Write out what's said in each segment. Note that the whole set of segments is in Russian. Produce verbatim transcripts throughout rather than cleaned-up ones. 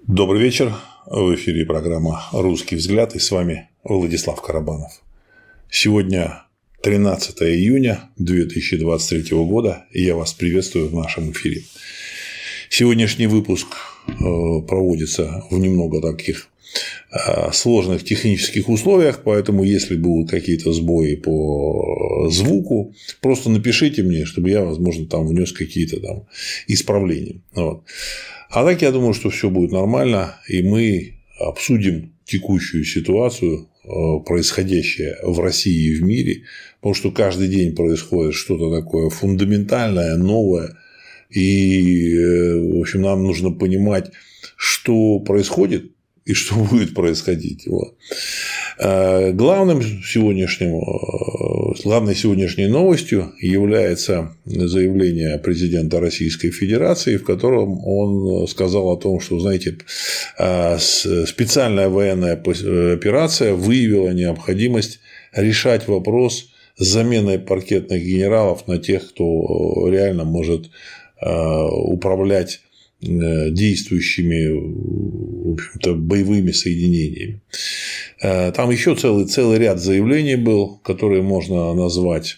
Добрый вечер. В эфире программа «Русский взгляд» и с вами Владислав Карабанов. Сегодня тринадцатое июня две тысячи двадцать третьего года, и я вас приветствую в нашем эфире. Сегодняшний выпуск проводится в немного таких сложных технических условиях, поэтому если будут какие-то сбои по звуку, просто напишите мне, чтобы я, возможно, там внес какие-то там исправления. Вот. А так я думаю, что все будет нормально, и мы обсудим текущую ситуацию, происходящее в России и в мире, потому что каждый день происходит что-то такое фундаментальное, новое, и, в общем, нам нужно понимать, что происходит и что будет происходить. Вот. Главным сегодняшним, главной сегодняшней новостью является заявление президента Российской Федерации, в котором он сказал о том, что, знаете, специальная военная операция выявила необходимость решать вопрос с заменой паркетных генералов на тех, кто реально может управлять действующими, в общем-то, боевыми соединениями. Там еще целый, целый ряд заявлений был, которые можно назвать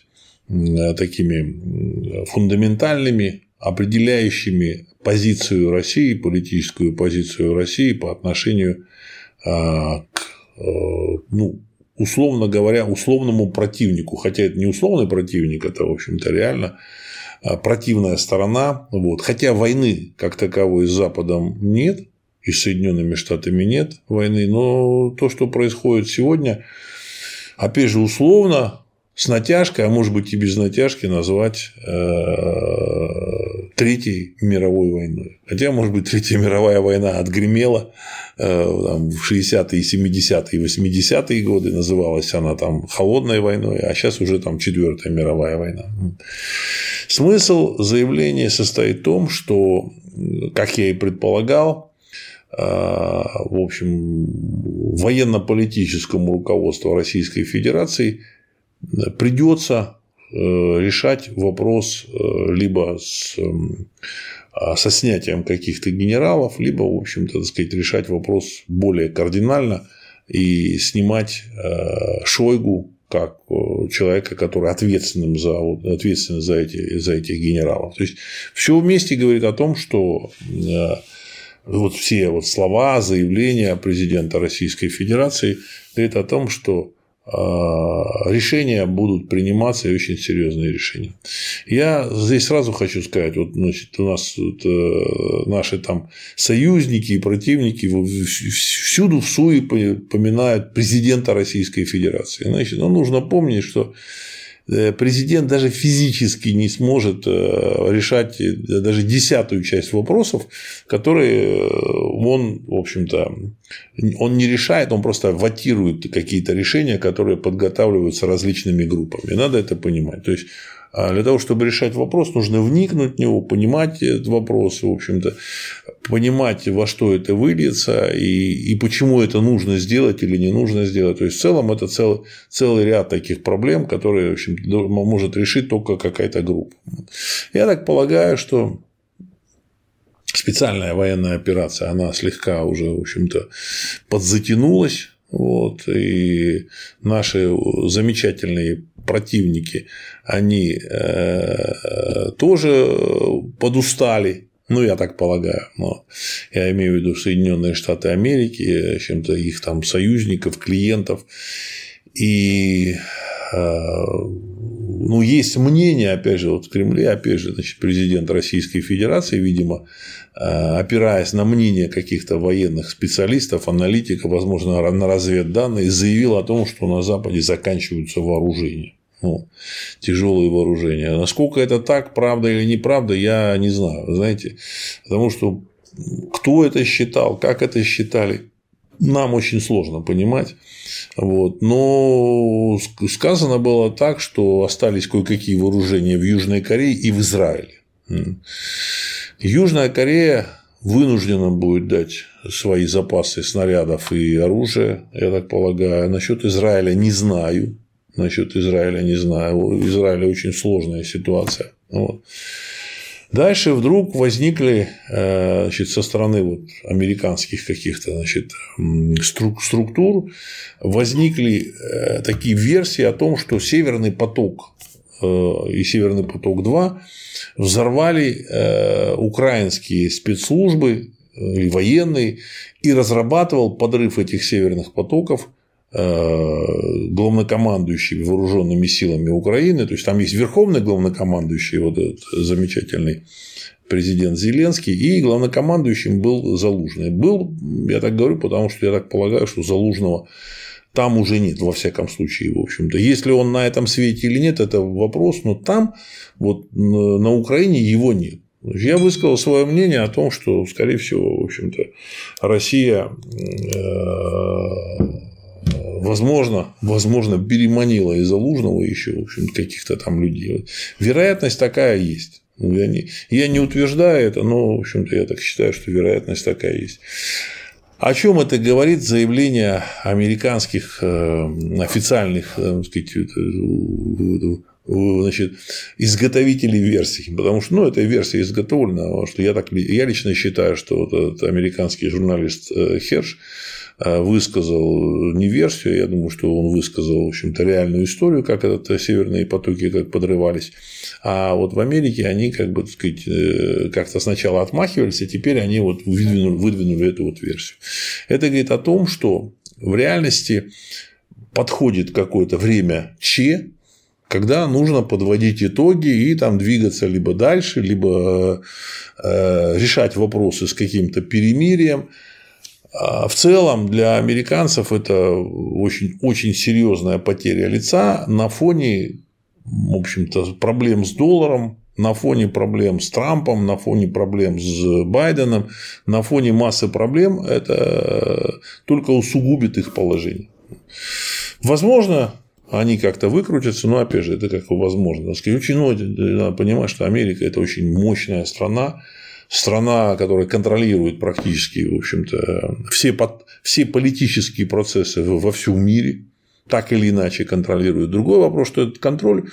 такими фундаментальными, определяющими позицию России, политическую позицию России по отношению к, ну, условно говоря, условному противнику. Хотя это не условный противник, это, в общем-то, реально противная сторона. Вот. Хотя войны как таковой с Западом нет, и с Соединенными Штатами нет войны, но то, что происходит сегодня, опять же, условно, с натяжкой, а может быть и без натяжки, назвать Третьей мировой войной. Хотя, может быть, Третья мировая война отгремела там, в шестидесятые, семидесятые и восьмидесятые годы, называлась она там Холодной войной, а сейчас уже там Четвертая мировая война. Смысл заявления состоит в том, что, как я и предполагал, в общем, военно-политическому руководству Российской Федерации придется решать вопрос либо с, со снятием каких-то генералов, либо, в общем-то, так сказать, решать вопрос более кардинально и снимать Шойгу как человека, который ответственным за, ответственен за, эти, за этих генералов. То есть все вместе говорит о том, что вот все вот слова, заявления президента Российской Федерации говорят о том, что решения будут приниматься, и очень серьезные решения. Я здесь сразу хочу сказать, вот, значит, у нас вот, наши там союзники и противники всюду в суе поминают президента Российской Федерации. Значит, ну, нужно помнить, что президент даже физически не сможет решать даже десятую часть вопросов, которые он, в общем-то, он не решает, он просто ватирует какие-то решения, которые подготавливаются различными группами. Надо это понимать. То есть, для того, чтобы решать вопрос, нужно вникнуть в него, понимать этот вопрос, в общем-то, понимать, во что это выльется и, и почему это нужно сделать или не нужно сделать. То есть, в целом, это целый, целый ряд таких проблем, которые, в общем, может решить только какая-то группа. Я так полагаю, что специальная военная операция, она слегка уже, в общем-то, подзатянулась. Вот, и наши замечательные противники, они тоже подустали, ну, я так полагаю, но я имею в виду Соединенные Штаты Америки, чем-то их там союзников, клиентов, и ну, есть мнение, опять же, вот в Кремле, опять же, значит, президент Российской Федерации, видимо, опираясь на мнение каких-то военных специалистов, аналитиков, возможно, на разведданные, заявил о том, что на Западе заканчиваются вооружения. Ну, тяжелые вооружения. Насколько это так, правда или неправда, я не знаю, знаете, потому что кто это считал, как это считали, нам очень сложно понимать. Вот. Но сказано было так, что остались кое-какие вооружения в Южной Корее и в Израиле. Южная Корея вынуждена будет дать свои запасы снарядов и оружия, я так полагаю. Насчет Израиля не знаю. Насчет Израиля не знаю. У Израиля очень сложная ситуация. Вот. Дальше вдруг возникли, значит, со стороны вот американских каких-то, значит, структур возникли такие версии о том, что Северный поток и Северный поток-два взорвали украинские спецслужбы и военные, и разрабатывал подрыв этих северных потоков главнокомандующий вооруженными силами Украины. То есть там есть верховный главнокомандующий, вот этот замечательный президент Зеленский, и главнокомандующим был Залужный. Был, я так говорю, потому что я так полагаю, что Залужного там уже нет, во всяком случае, в общем-то. Если он на этом свете или нет, это вопрос, но там, вот на Украине его нет. Я высказал свое мнение о том, что, скорее всего, в общем-то, Россия, возможно, возможно, переманила из Залужного еще, в общем, каких-то там людей. Вероятность такая есть. Я не, я не утверждаю это, но, в общем-то, я так считаю, что вероятность такая есть. О чем это говорит заявление американских официальных, так сказать, значит, изготовителей версий, потому что, ну, эта версия изготовлена, потому что я, так, я лично считаю, что вот этот американский журналист Херш высказал не версию, я думаю, что он высказал, в общем-то, реальную историю, как это северные потоки как подрывались, а вот в Америке они, как бы, так сказать, как-то сначала отмахивались, а теперь они вот выдвинули, выдвинули эту вот версию. Это говорит о том, что в реальности подходит какое-то время Че, когда нужно подводить итоги и там двигаться либо дальше, либо решать вопросы с каким-то перемирием. В целом для американцев это очень, очень серьезная потеря лица на фоне, в общем-то, проблем с долларом, на фоне проблем с Трампом, на фоне проблем с Байденом, на фоне массы проблем. Это только усугубит их положение. Возможно, они как-то выкрутятся, но, опять же, это как возможно. Очень, ну, надо понимать, что Америка – это очень мощная страна, страна, которая контролирует практически, в общем-то, все, все политические процессы во всем мире, так или иначе контролирует. Другой вопрос, что этот контроль,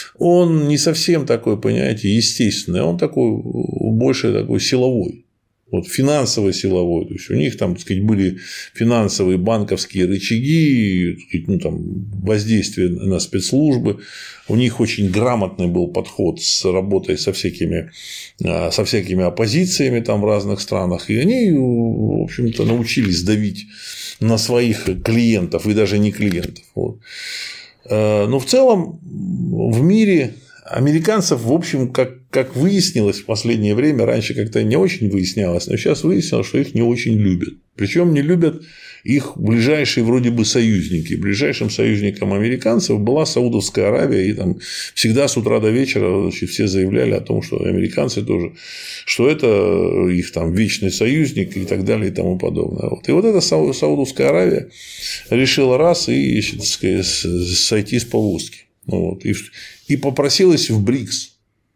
он не совсем такой, понимаете, естественный, он такой, больше такой силовой. Вот финансово-силовой, то есть у них там, так сказать, были финансовые банковские рычаги, так сказать, ну, там, воздействие на спецслужбы, у них очень грамотный был подход с работой со всякими, со всякими оппозициями там в разных странах, и они, в общем-то, научились давить на своих клиентов и даже не клиентов. Вот. Но в целом в мире американцев, в общем, как, как выяснилось в последнее время, раньше как-то не очень выяснялось, но сейчас выяснилось, что их не очень любят. Причем не любят их ближайшие вроде бы союзники. Ближайшим союзником американцев была Саудовская Аравия, и там всегда с утра до вечера, значит, все заявляли о том, что американцы тоже, что это их там вечный союзник и так далее и тому подобное. Вот. И вот эта Саудовская Аравия решила раз и, так сказать, сойти с повозки. Вот. И, и попросилась в БРИКС.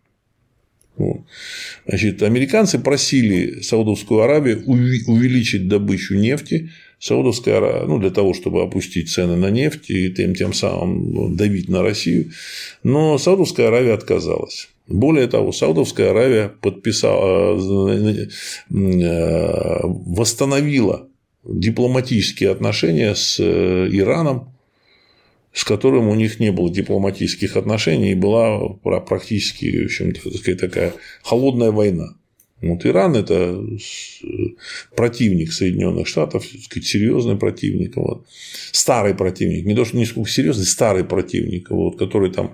Вот. Значит, американцы просили Саудовскую Аравию увеличить добычу нефти. Саудовская Аравия, ну, для того, чтобы опустить цены на нефть и тем, тем самым давить на Россию. Но Саудовская Аравия отказалась. Более того, Саудовская Аравия подписала, восстановила дипломатические отношения с Ираном, с которым у них не было дипломатических отношений, и была практически, в общем-то, так сказать, такая холодная война. Вот Иран – это противник Соединенных Штатов, так сказать, серьезный противник, вот. Старый противник, не то что не сколько серьезный, старый противник, вот, который там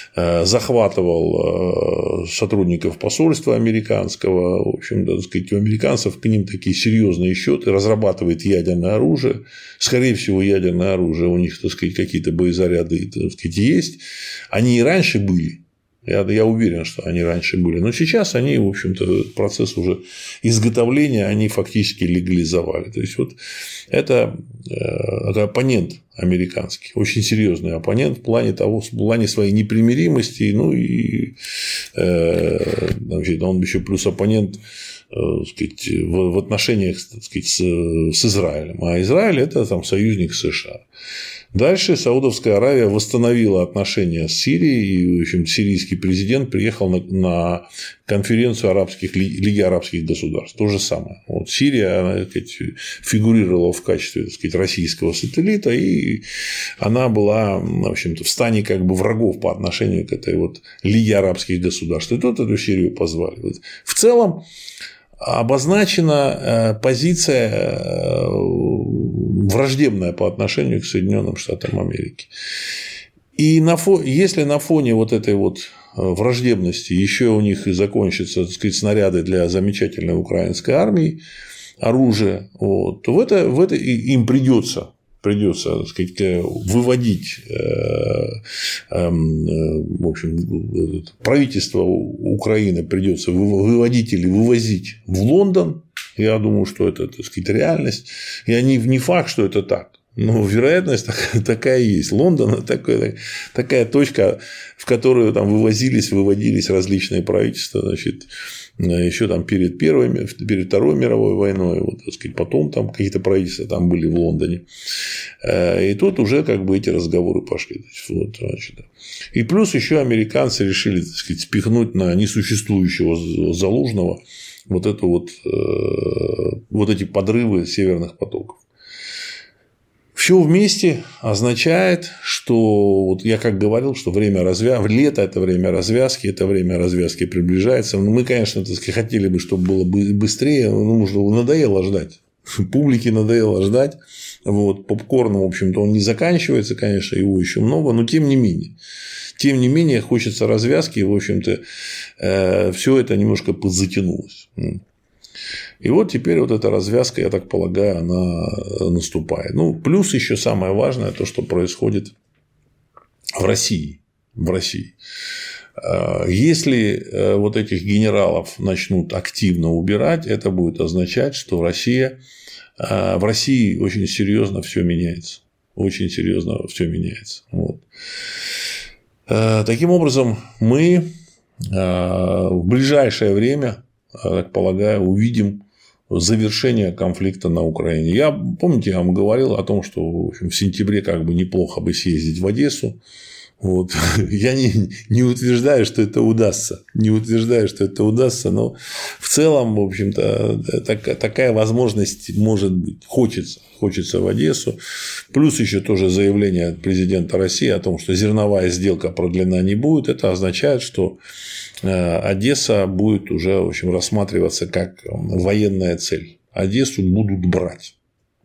захватывал сотрудников посольства американского, в общем, так сказать, у американцев к ним такие серьезные счеты, разрабатывает ядерное оружие, скорее всего, ядерное оружие у них, так сказать, какие-то боезаряды, так сказать, есть, они и раньше были. Я, я уверен, что они раньше были. Но сейчас они, в общем-то, процесс уже изготовления они фактически легализовали. То есть, вот это, это оппонент американский, очень серьезный оппонент в плане того, в плане своей непримиримости, ну и значит, он еще плюс оппонент сказать, в отношениях, так сказать, с, с Израилем. А Израиль – это там союзник США. Дальше Саудовская Аравия восстановила отношения с Сирией, и, в общем, сирийский президент приехал на, на конференцию арабских, Лиги арабских государств. То же самое. Вот Сирия, она, так сказать, фигурировала в качестве, так сказать, российского сателлита, и она была, в общем-то, в стане как бы врагов по отношению к этой вот Лиге арабских государств. И тут эту Сирию позвали. В целом обозначена позиция враждебная по отношению к Соединенным Штатам Америки. И на фоне, если на фоне вот этой вот враждебности еще у них и закончатся, так сказать, снаряды для замечательной украинской армии, оружие, вот, то в это, в это им придется придется, так сказать, выводить, в общем, правительство Украины придется выводить или вывозить в Лондон. Я думаю, что это, так сказать, реальность. И они не факт, что это так. Но вероятность такая есть. Лондон – такая, такая точка, в которую там вывозились, выводились различные правительства, значит, еще там перед первой, перед Второй мировой войной, вот, так сказать, потом там какие-то правительства там были в Лондоне. И тут уже как бы эти разговоры пошли. Вот, значит. И плюс еще американцы решили, так сказать, спихнуть на несуществующего Залужного вот это вот, вот эти подрывы северных потоков. Все вместе означает, что вот я как говорил, что время развязки, лето – это время развязки, это время развязки приближается. Мы, конечно, так сказать, хотели бы, чтобы было быстрее, но ну, надоело ждать. Публике надоело ждать. Вот, попкорн, в общем-то, он не заканчивается, конечно, его еще много, но тем не менее. Тем не менее, хочется развязки, и, в общем-то, все это немножко подзатянулось. И вот теперь вот эта развязка, я так полагаю, она наступает. Ну, плюс еще самое важное, то, что происходит в России. В России. Если вот этих генералов начнут активно убирать, это будет означать, что Россия, в России очень серьезно все меняется. Очень серьезно все меняется. Вот. Таким образом, мы в ближайшее время, я так полагаю, увидим завершение конфликта на Украине. Я, помните, я вам говорил о том, что в общем, в сентябре как бы неплохо бы съездить в Одессу. Вот. Я не, не утверждаю, что это удастся. Не утверждаю, что это удастся, но в целом, в общем-то, так, такая возможность может быть. Хочется. Хочется в Одессу. Плюс еще тоже заявление президента России о том, что зерновая сделка продлена не будет. Это означает, что Одесса будет уже, в общем, рассматриваться как военная цель. Одессу будут брать.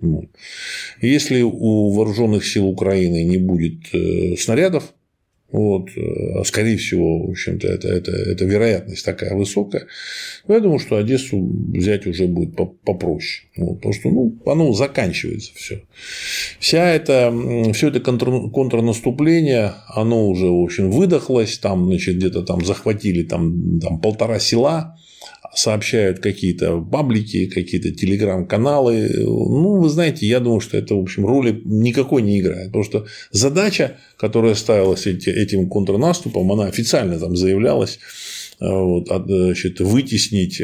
Если у вооруженных сил Украины не будет снарядов, вот, скорее всего, в общем-то, это, это, это вероятность такая высокая, я думаю, что Одессу взять уже будет попроще. Вот, потому что ну, оно заканчивается все. Вся это, все это контр, контрнаступление, оно уже, в общем, выдохлось, там, значит, где-то там захватили там, там, полтора села. Сообщают какие-то паблики, какие-то телеграм-каналы. Ну, вы знаете, я думаю, что это, в общем, роли никакой не играет. Потому что задача, которая ставилась этим контрнаступом, она официально там заявлялась, вот, значит, вытеснить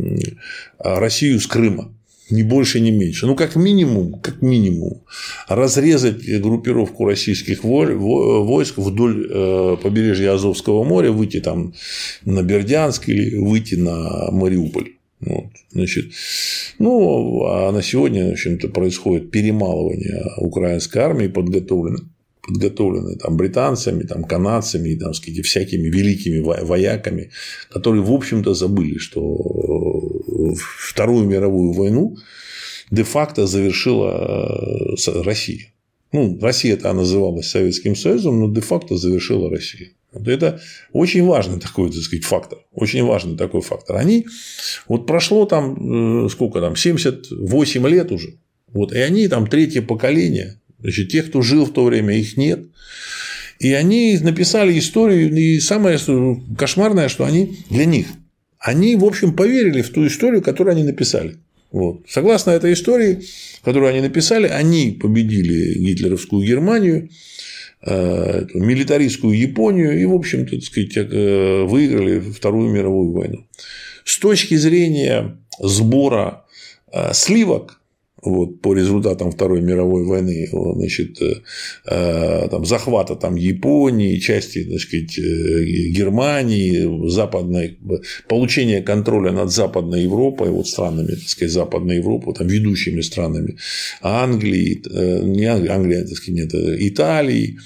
Россию с Крыма. Ни больше, ни меньше. Ну, как минимум, как минимум, разрезать группировку российских войск вдоль побережья Азовского моря, выйти там на Бердянск или выйти на Мариуполь. Вот, значит, ну, а на сегодня, в общем-то, происходит перемалывание украинской армии, подготовленной. подготовленные там, британцами, там, канадцами и там, сказать, всякими великими вояками, которые, в общем-то, забыли, что Вторую мировую войну де-факто завершила Россия. Ну, Россия-то называлась Советским Союзом, но де-факто завершила Россия. Вот это очень важный такой, так сказать, фактор. Очень важный такой фактор. Они, вот прошло там, сколько там, семьдесят восемь лет уже. Вот, и они там третье поколение. Значит, тех, кто жил в то время, их нет. И они написали историю, и самое кошмарное, что они для них, они, в общем, поверили в ту историю, которую они написали. Вот. Согласно этой истории, которую они написали, они победили гитлеровскую Германию, милитаристскую Японию и, в общем-то, так сказать, выиграли Вторую мировую войну. С точки зрения сбора сливок вот, по результатам Второй мировой войны, значит, там, захвата там, Японии, части, так сказать, Германии, западной, получения контроля над Западной Европой, вот, странами, так сказать, Западной Европы, там, ведущими странами Англии, не Англии, Англия, так сказать, нет, Италии,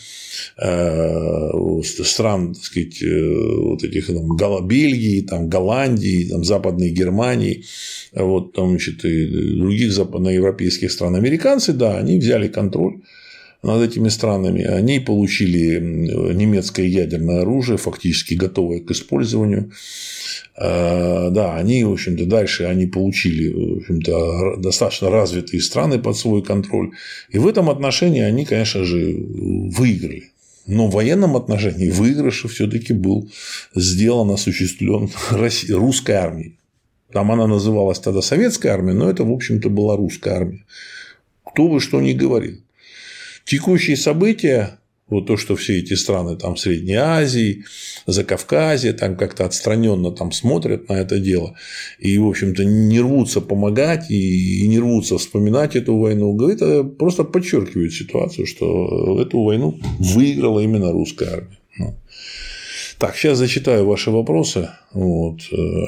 стран, так сказать, вот этих там, Бельгии, там, Голландии, там, Западной Германии, вот, там, значит, и других западноевропейских стран. Американцы, да, они взяли контроль над этими странами, они получили немецкое ядерное оружие, фактически готовое к использованию. Да, они, в общем-то, дальше они получили, в общем-то, достаточно развитые страны под свой контроль. И в этом отношении они, конечно же, выиграли. Но в военном отношении выигрыш все-таки был сделан, осуществлен русской армией. Там она называлась тогда советская армия, но это, в общем-то, была русская армия. Кто бы что ни говорил. Текущие события, вот то, что все эти страны там Средней Азии, Закавказья там как-то отстраненно там смотрят на это дело и, в общем-то, не рвутся помогать и не рвутся вспоминать эту войну, это просто подчеркивает ситуацию, что эту войну выиграла именно русская армия. Так, сейчас зачитаю ваши вопросы. Вот.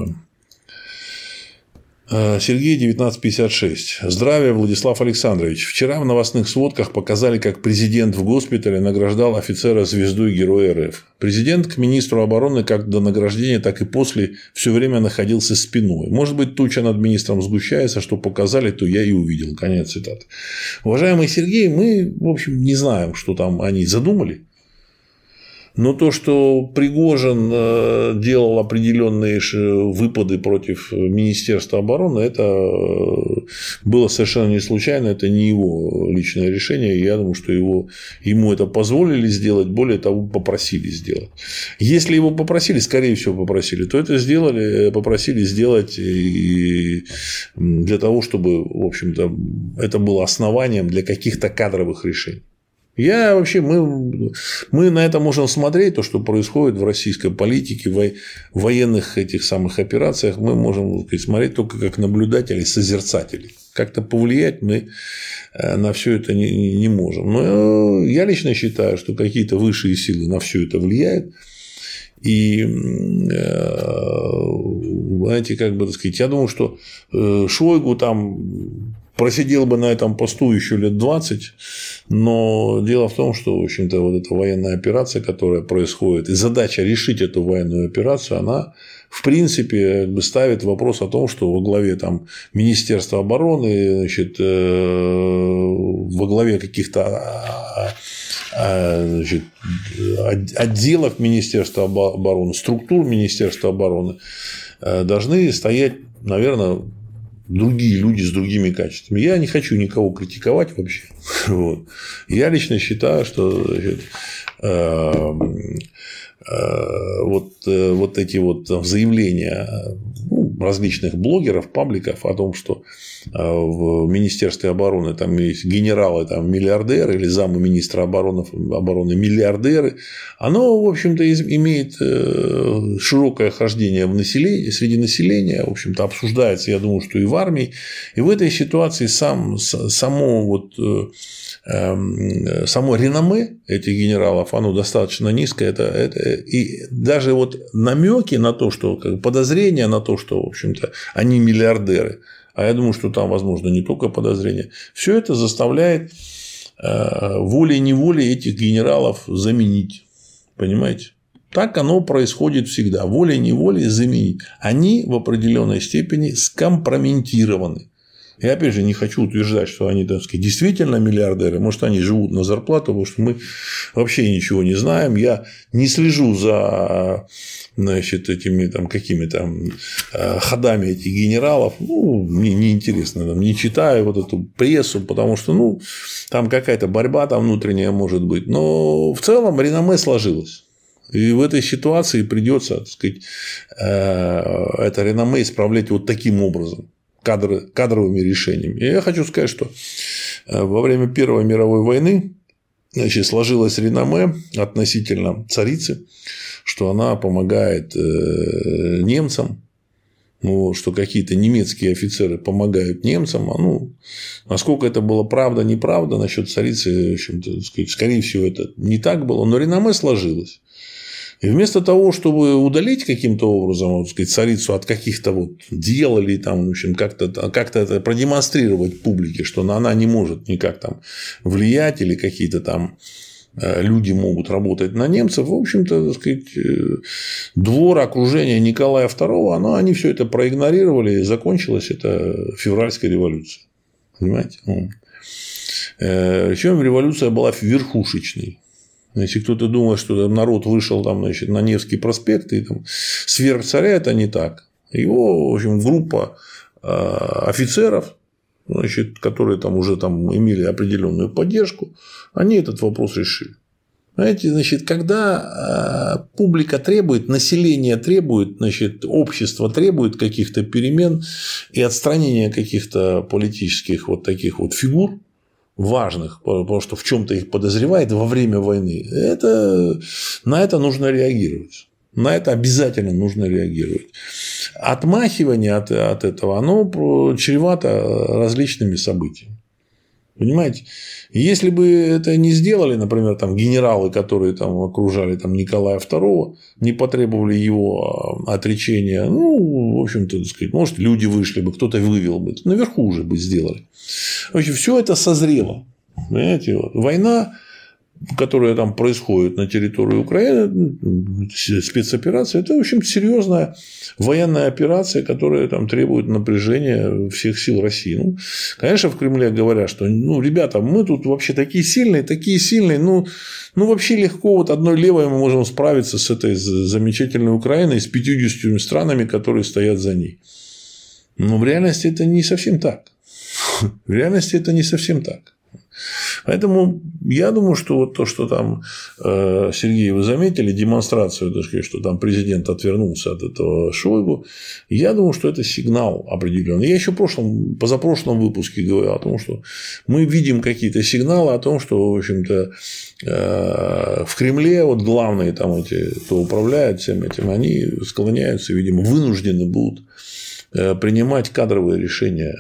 Сергей, девятнадцать пятьдесят шесть. Здравия, Владислав Александрович. Вчера в новостных сводках показали, как президент в госпитале награждал офицера звездой Героя РФ. Президент к министру обороны как до награждения, так и после все время находился спиной. Может быть, туча над министром сгущается, что показали, то я и увидел. Конец цитаты. Уважаемый Сергей, мы, в общем, не знаем, что там они задумали. Но то, что Пригожин делал определенные выпады против Министерства обороны, это было совершенно не случайно, это не его личное решение. Я думаю, что его, ему это позволили сделать, более того, попросили сделать. Если его попросили, скорее всего, попросили, то это сделали, попросили сделать для того, чтобы, в общем-то, это было основанием для каких-то кадровых решений. Я вообще, мы, мы на это можем смотреть, то, что происходит в российской политике, в военных этих самых операциях, мы можем сказать, смотреть только как наблюдатели, созерцатели. Как-то повлиять мы на все это не, не можем. Но я лично считаю, что какие-то высшие силы на все это влияют. И, знаете, как бы так сказать, я думаю, что Шойгу там просидел бы на этом посту еще лет двадцать, но дело в том, что, в общем-то, вот эта военная операция, которая происходит, и задача решить эту военную операцию, она, в принципе, ставит вопрос о том, что во главе там, Министерства обороны, значит, во главе каких-то значит, отделов Министерства обороны, структур Министерства обороны должны стоять, наверное, другие люди с другими качествами. Я не хочу никого критиковать вообще. Вот. Я лично считаю, что значит, э, э, вот, э, вот эти вот заявления ну, различных блогеров, пабликов о том, что в Министерстве обороны там есть генералы там, миллиардеры или замы министра обороны, обороны миллиардеры, оно, в общем-то, имеет широкое хождение в населении, среди населения, в общем-то, обсуждается, я думаю, что и в армии. И в этой ситуации сам, само, вот, само реноме этих генералов, оно достаточно низкое. Это, это, и даже вот намеки на то, что подозрения на то, что, в общем-то, они миллиардеры, а я думаю, что там, возможно, не только подозрения. Все это заставляет волей-неволей этих генералов заменить. Понимаете? Так оно происходит всегда. Волей-неволей заменить. Они в определенной степени скомпрометированы. Я, опять же, не хочу утверждать, что они, так сказать, действительно миллиардеры. Может, они живут на зарплату, потому что мы вообще ничего не знаем. Я не слежу за, значит, этими там, какими-то ходами этих генералов. Ну, мне неинтересно. Там, не читаю вот эту прессу, потому что ну, там какая-то борьба там внутренняя может быть. Но в целом реноме сложилось. И в этой ситуации придется, так сказать, это реноме исправлять вот таким образом. Кадры, кадровыми решениями. И я хочу сказать, что во время Первой мировой войны значит, сложилось реноме относительно царицы, что она помогает немцам Ну, что какие-то немецкие офицеры помогают немцам. Ну, насколько это было правда, неправда насчет царицы, в общем-то, скорее всего, это не так было, но реноме сложилось. И вместо того, чтобы удалить каким-то образом, вот, сказать, царицу от каких-то вот дел или там, в общем, как-то, как-то это продемонстрировать публике, что она не может никак там влиять или какие-то там люди могут работать на немцев, в общем-то, так сказать, двор, окружение Николая второго, оно, они все это проигнорировали, и закончилась это февральская революция. Понимаете? Причем революция была верхушечной. Если кто-то думает, что народ вышел там, значит, на Невский проспект и там сверх царя, это не так. Его, в общем, группа офицеров, значит, которые там уже там имели определенную поддержку, они этот вопрос решили. Знаете, значит, когда публика требует, население требует, значит, общество требует каких-то перемен и отстранения каких-то политических вот таких вот фигур важных, потому что в чем-то их подозревает во время войны, это, на это нужно реагировать. На это обязательно нужно реагировать. Отмахивание от, от этого, оно чревато различными событиями. Понимаете? Если бы это не сделали, например, там, генералы, которые там окружали там, Николая второго, не потребовали его отречения, ну, в общем-то, так сказать, может, люди вышли бы, кто-то вывел бы, наверху уже бы сделали. В общем, все это созрело. Понимаете? Вот. Война, которая там происходит на территории Украины, спецоперация, это, в общем, серьезная военная операция, которая там требует напряжения всех сил России. Ну, конечно, в Кремле говорят, что, ну, ребята, мы тут вообще такие сильные, такие сильные, ну, ну, вообще легко вот одной левой мы можем справиться с этой замечательной Украиной, с пятьюдесятью странами, которые стоят за ней. Но в реальности это не совсем так. В реальности это не совсем так. Поэтому я думаю, что вот то, что там, Сергей, вы заметили, демонстрацию, так сказать, что там президент отвернулся от этого Шойгу, я думаю, что это сигнал определенный. Я еще в прошлом, позапрошлом выпуске говорил о том, что мы видим какие-то сигналы о том, что, в общем-то, в Кремле вот главные там эти, кто управляет всем этим, они склоняются, видимо, вынуждены будут принимать кадровые решения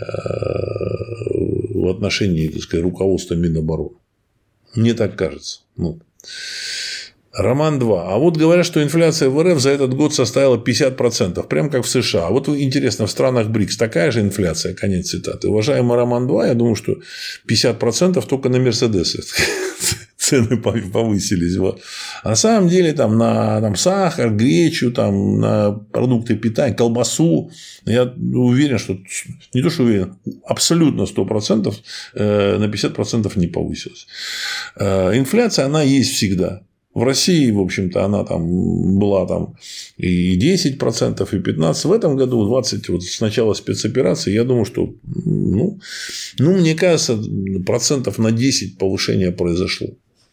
в отношении, так сказать, руководства Минобороны. Мне так кажется. Ну. Роман два. А вот говорят, что инфляция в РФ за этот год составила пятьдесят процентов, прям как в США. Вот интересно, в странах БРИКС такая же инфляция, конец цитаты. Уважаемый Роман два, я думаю, что пятьдесят процентов только на Мерседесы цены повысились. Вот. А на самом деле там на там, сахар, гречу, там, на продукты питания, колбасу, я уверен, что не то, что уверен, абсолютно сто процентов на пятьдесят процентов не повысилась. Инфляция, она есть всегда. В России, в общем-то, она там была там и десять процентов, и пятнадцать процентов. В этом году двадцать процентов, вот с начала спецоперации, я думаю, что, ну, ну, мне кажется, процентов на десять повышения произошло.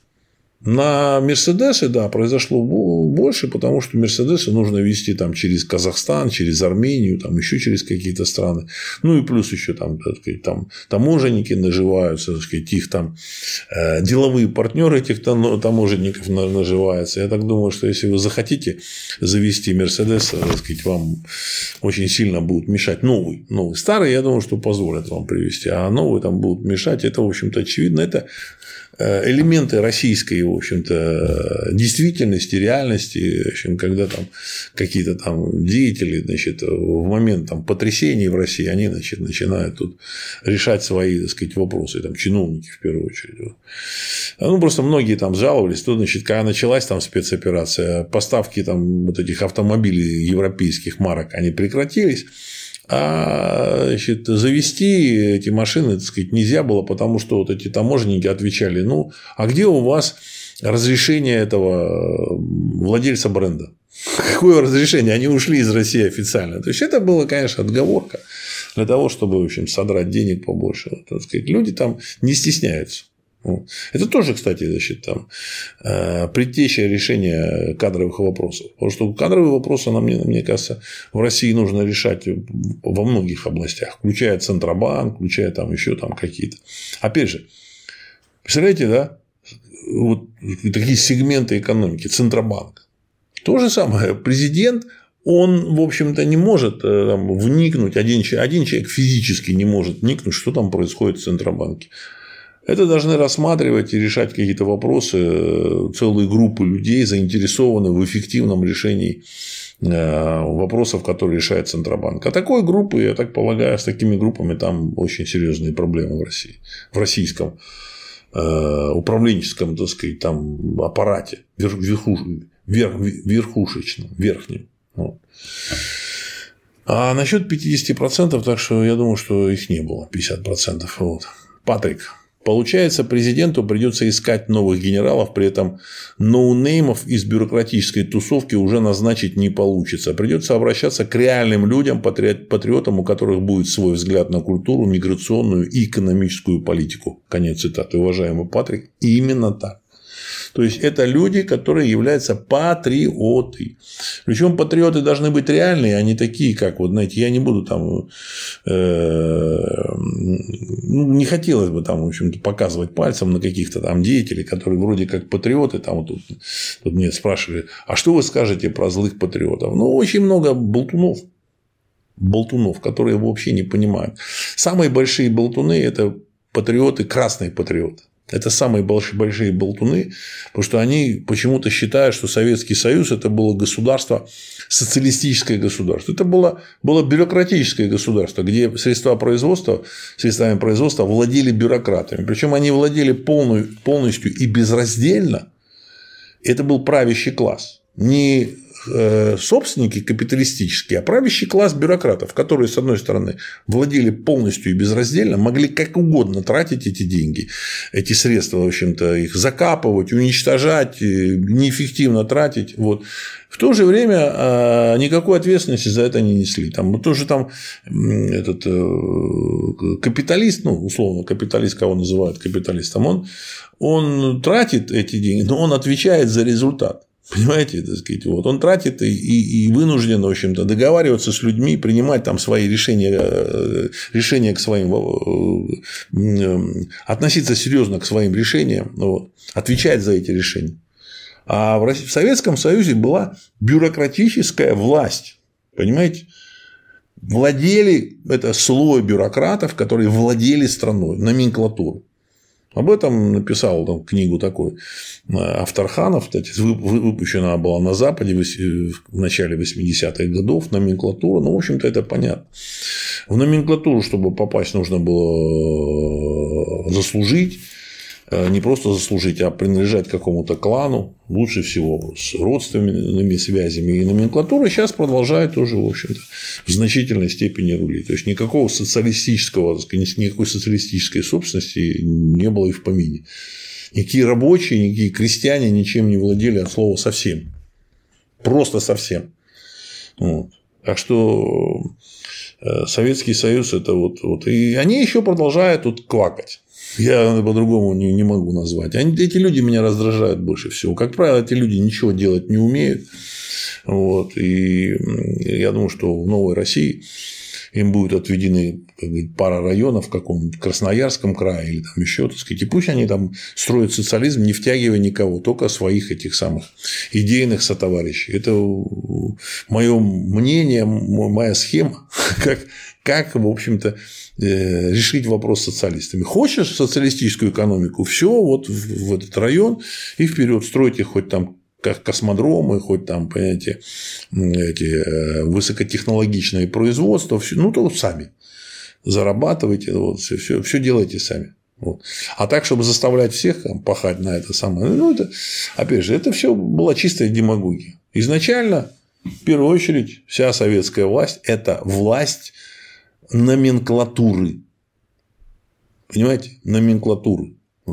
На Мерседесы, да, произошло больше, потому что Мерседесы нужно везти там через Казахстан, через Армению, там еще через какие-то страны. Ну и плюс еще там, так сказать, там таможенники наживаются, так сказать, их там э, деловые партнеры этих таможенников наживаются. Я так думаю, что если вы захотите завести Мерседес, так сказать, вам очень сильно будут мешать новый, новый. Старый, я думаю, что позволят вам привезти, а новый там будут мешать. Это, в общем-то, очевидно. Это элементы российской, в общем-то, действительности, реальности, в общем, когда там какие-то там деятели, значит, в момент там потрясений в России, они, значит, начинают тут решать свои, так сказать, вопросы, там, чиновники в первую очередь. Ну, просто многие там жаловались, то, значит, когда началась там спецоперация, поставки там вот этих автомобилей европейских марок, они прекратились. А, значит, завести эти машины, так сказать, нельзя было, потому что вот эти таможенники отвечали: ну, а где у вас разрешение этого владельца бренда? Какое разрешение? Они ушли из России официально. То есть это была, конечно, отговорка для того, чтобы, в общем, содрать денег побольше. Так сказать, люди там не стесняются. Это тоже, кстати, значит, там, предтеча решения кадровых вопросов. Потому что кадровые вопросы, нам, мне, мне кажется, в России нужно решать во многих областях, включая Центробанк, включая там еще там какие-то. Опять же, представляете, да, вот такие сегменты экономики, Центробанк. То же самое. Президент он, в общем-то, не может там, вникнуть, один, один человек физически не может вникнуть, что там происходит в Центробанке. Это должны рассматривать и решать какие-то вопросы целые группы людей, заинтересованные в эффективном решении вопросов, которые решает Центробанк. А такой группы, я так полагаю, с такими группами там очень серьезные проблемы в России, в российском управленческом, так сказать, там аппарате верху, верх, верхушечном, верхнем. Вот. А насчет пятьдесят процентов, так что я думаю, что их не было, пятьдесят процентов. Вот. Патрик. Получается, президенту придется искать новых генералов, при этом ноунеймов из бюрократической тусовки уже назначить не получится. Придется обращаться к реальным людям, патриотам, у которых будет свой взгляд на культуру, миграционную и экономическую политику. Конец цитаты. Уважаемый Патрик, именно так. То есть, это люди, которые являются патриоты. Причем патриоты должны быть реальные, а не такие, как, вот, знаете, я не буду там, э, ну, не хотелось бы там, в общем-то, показывать пальцем на каких-то там деятелей, которые вроде как патриоты. Там вот тут, тут меня спрашивали, а что вы скажете про злых патриотов? Ну, очень много болтунов. Болтунов, которые вообще не понимают. Самые большие болтуны – это патриоты, красные патриоты. Это самые большие болтуны, потому что они почему-то считают, что Советский Союз – это было государство, социалистическое государство. Это было, было бюрократическое государство, где средства производства, средствами производства владели бюрократами. Причем они владели полную, полностью и безраздельно. Это был правящий класс. Не собственники капиталистические, а правящий класс бюрократов, которые, с одной стороны, владели полностью и безраздельно, могли как угодно тратить эти деньги, эти средства, в общем-то, их закапывать, уничтожать, неэффективно тратить. Вот. В то же время никакой ответственности за это не несли. Там тоже там этот капиталист, ну, условно, капиталист, кого называют капиталистом, он, он тратит эти деньги, но он отвечает за результат. Понимаете, так сказать, вот он тратит и, и вынужден, в общем-то, договариваться с людьми, принимать там свои решения, решения к своим, относиться серьезно к своим решениям, вот, отвечать за эти решения. А в Советском Союзе была бюрократическая власть, понимаете? Владели, это слой бюрократов, которые владели страной, номенклатуру. Об этом написал там, книгу такой Авторханов, кстати, выпущена была на Западе в начале восьмидесятых годов, номенклатура, ну, в общем-то, это понятно. В номенклатуру, чтобы попасть, нужно было заслужить, не просто заслужить, а принадлежать какому-то клану, лучше всего с родственными связями. И номенклатура сейчас продолжает тоже, в общем-то, в значительной степени рулить. То есть, никакого социалистического, так сказать, никакой социалистической собственности не было и в помине. Никакие рабочие, никакие крестьяне ничем не владели от слова совсем. Просто совсем. Вот. Так что Советский Союз это вот, вот. И они еще продолжают тут квакать. Я по-другому не, не могу назвать. Они, эти люди меня раздражают больше всего. Как правило, эти люди ничего делать не умеют. Вот. И я думаю, что в Новой России им будут отведены, как говорить, пара районов в каком-нибудь Красноярском крае или там еще, так сказать. И пусть они там строят социализм, не втягивая никого, только своих этих самых идейных сотоварищей. Это мое мнение, моя схема, как, как в общем-то, решить вопрос с социалистами. Хочешь социалистическую экономику, все вот в этот район и вперед стройте хоть там как космодромы, хоть там, понимаете, эти высокотехнологичные производства, ну то сами зарабатывайте, вот, все, все, все делайте сами. Вот. А так, чтобы заставлять всех там, пахать на это самое, ну это, опять же, это все была чистая демагогия. Изначально, в первую очередь, вся советская власть – это власть номенклатуры. Понимаете? Номенклатуры.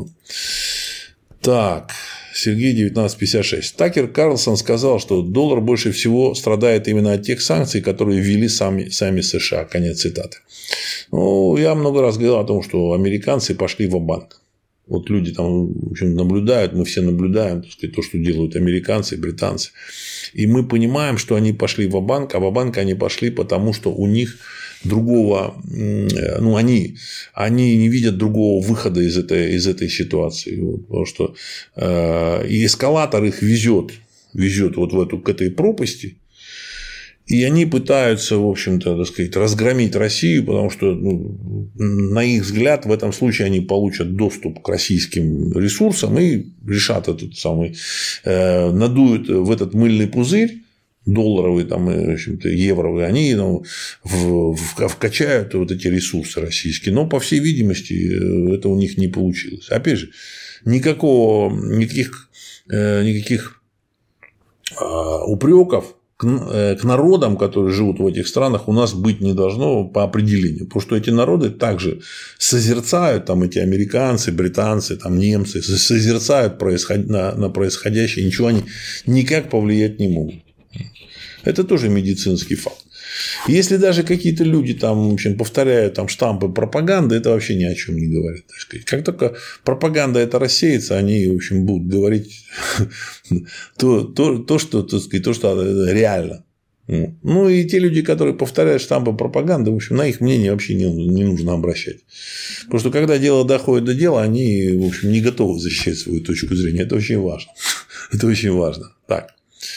Так. Сергей, девятнадцать пятьдесят шесть. Такер Карлсон сказал, что доллар больше всего страдает именно от тех санкций, которые ввели сами, сами США. Конец цитаты. Ну, я много раз говорил о том, что американцы пошли ва-банк. Вот люди там в общем, наблюдают, мы все наблюдаем, так сказать, то, что делают американцы, британцы. И мы понимаем, что они пошли ва-банк, а ва-банк они пошли, потому что у них другого, ну, они, они не видят другого выхода из этой, из этой ситуации. Вот, потому что э, и эскалатор их везет, везет вот в эту, к этой пропасти. И они пытаются, в общем-то, так сказать, разгромить Россию, потому что, ну, на их взгляд, в этом случае они получат доступ к российским ресурсам и решат этот самый, э, надуют в этот мыльный пузырь долларовый, там, в общем-то, евровый, они, ну, в, в, вкачают вот эти ресурсы российские. Но, по всей видимости, это у них не получилось. Опять же, никакого, никаких, э, никаких э, упреков к народам, которые живут в этих странах, у нас быть не должно по определению. Потому что эти народы также созерцают, там, эти американцы, британцы, там, немцы, созерцают происход... на, на происходящее, ничего они никак повлиять не могут. Это тоже медицинский факт. Если даже какие-то люди там, в общем, повторяют там штампы пропаганды, это вообще ни о чем не говорит. Так сказать. Как только пропаганда это рассеется, они, в общем, будут говорить то, то, то, что, так сказать, то, что реально. Ну, и те люди, которые повторяют штампы пропаганды, в общем, на их мнение вообще не, не нужно обращать. Потому что, когда дело доходит до дела, они, в общем, не готовы защищать свою точку зрения. Это очень важно. Это очень важно. Так.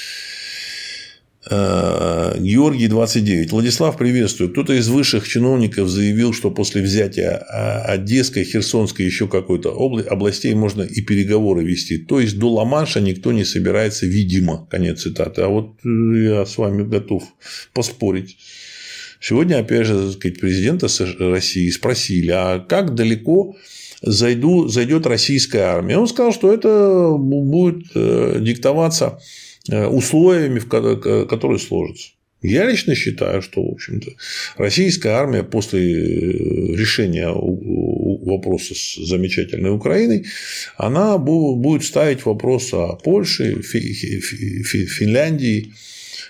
Георгий, двадцать девять. Владислав, приветствую. Кто-то из высших чиновников заявил, что после взятия Одесской, Херсонской, еще какой-то областей можно и переговоры вести. То есть до Ла-Манша никто не собирается, видимо. Конец цитаты. А вот я с вами готов поспорить. Сегодня, опять же, так сказать, президента России спросили, а как далеко зайду, зайдет российская армия? Он сказал, что это будет диктоваться условиями, которые сложатся. Я лично считаю, что, в общем-то, российская армия после решения вопроса с замечательной Украиной, она будет ставить вопрос о Польше, Финляндии,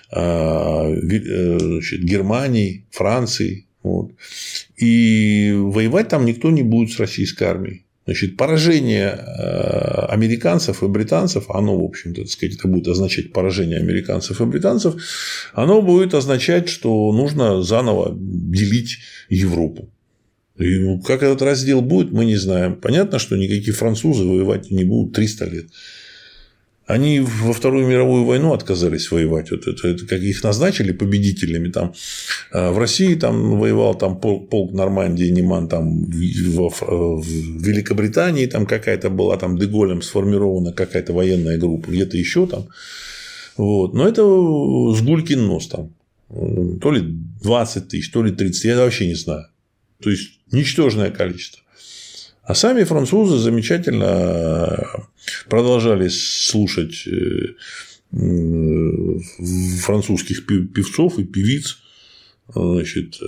значит, Германии, Франции. Вот. И воевать там никто не будет с российской армией. Значит, поражение американцев и британцев, оно, в общем-то, так сказать, это будет означать поражение американцев и британцев, оно будет означать, что нужно заново делить Европу. И как этот раздел будет, мы не знаем. Понятно, что никакие французы воевать не будут триста лет. Они во Вторую мировую войну отказались воевать. Вот это, это как их назначили победителями. Там, в России там воевал там, полк, полк Нормандии, Неман, там, в, в Великобритании там какая-то была там Деголем сформирована какая-то военная группа, где-то еще там. Вот. Но это с гулькин нос там. То ли двадцать тысяч, то ли тридцать, я вообще не знаю. То есть ничтожное количество. А сами французы замечательно продолжали слушать французских певцов и певиц, значит,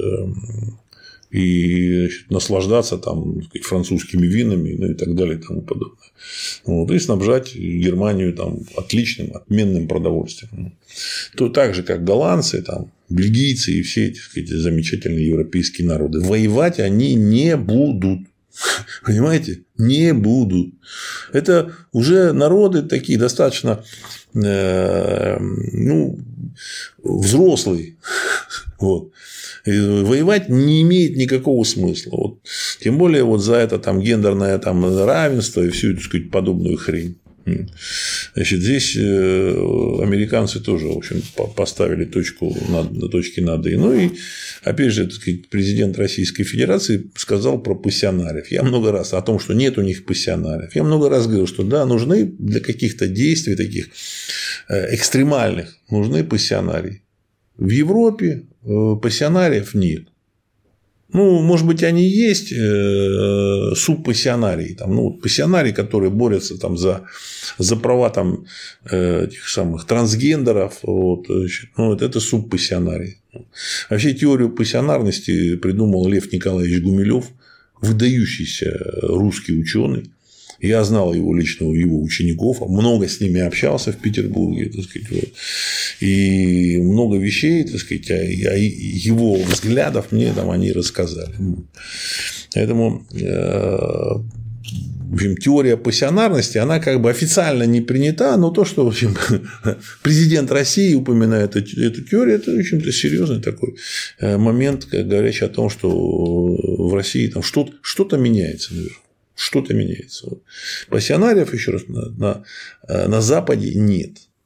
и, значит, наслаждаться там, так сказать, французскими винами, ну, и так далее и тому подобное. Вот, и снабжать Германию там, отличным, отменным продовольствием. То так же, как голландцы, там, бельгийцы и все эти, так сказать, замечательные европейские народы. Воевать они не будут. Понимаете? Не будут. Это уже народы такие достаточно э, ну, взрослые. Вот. И воевать не имеет никакого смысла. Вот. Тем более вот за это там, гендерное там, равенство и всю, так сказать, подобную хрень. Значит, здесь американцы тоже, в общем, поставили точку над, на точке над «и». Ну, и, опять же, так сказать, президент Российской Федерации сказал про пассионариев. Я много раз о том, что нет у них пассионариев. Я много раз говорил, что да, нужны для каких-то действий таких экстремальных, нужны пассионарии. В Европе пассионариев нет. Ну, может быть, они есть субпассионарии, там, ну, пассионарии, которые борются там, за, за права там, этих самых трансгендеров, вот, значит, ну, вот это субпассионарии. Вообще теорию пассионарности придумал Лев Николаевич Гумилев, выдающийся русский ученый. Я знал его лично, его учеников, много с ними общался в Петербурге, так сказать, вот. И много вещей, так сказать, о его взглядов мне там они рассказали. Поэтому, в общем, теория пассионарности, она как бы официально не принята, но то, что, в общем, президент России упоминает эту теорию, это, в общем-то, серьезный такой момент, говорящий о том, что в России там что-то, что-то меняется наверху. Что-то меняется. Пассионариев, еще раз, на, на, на Западе нет.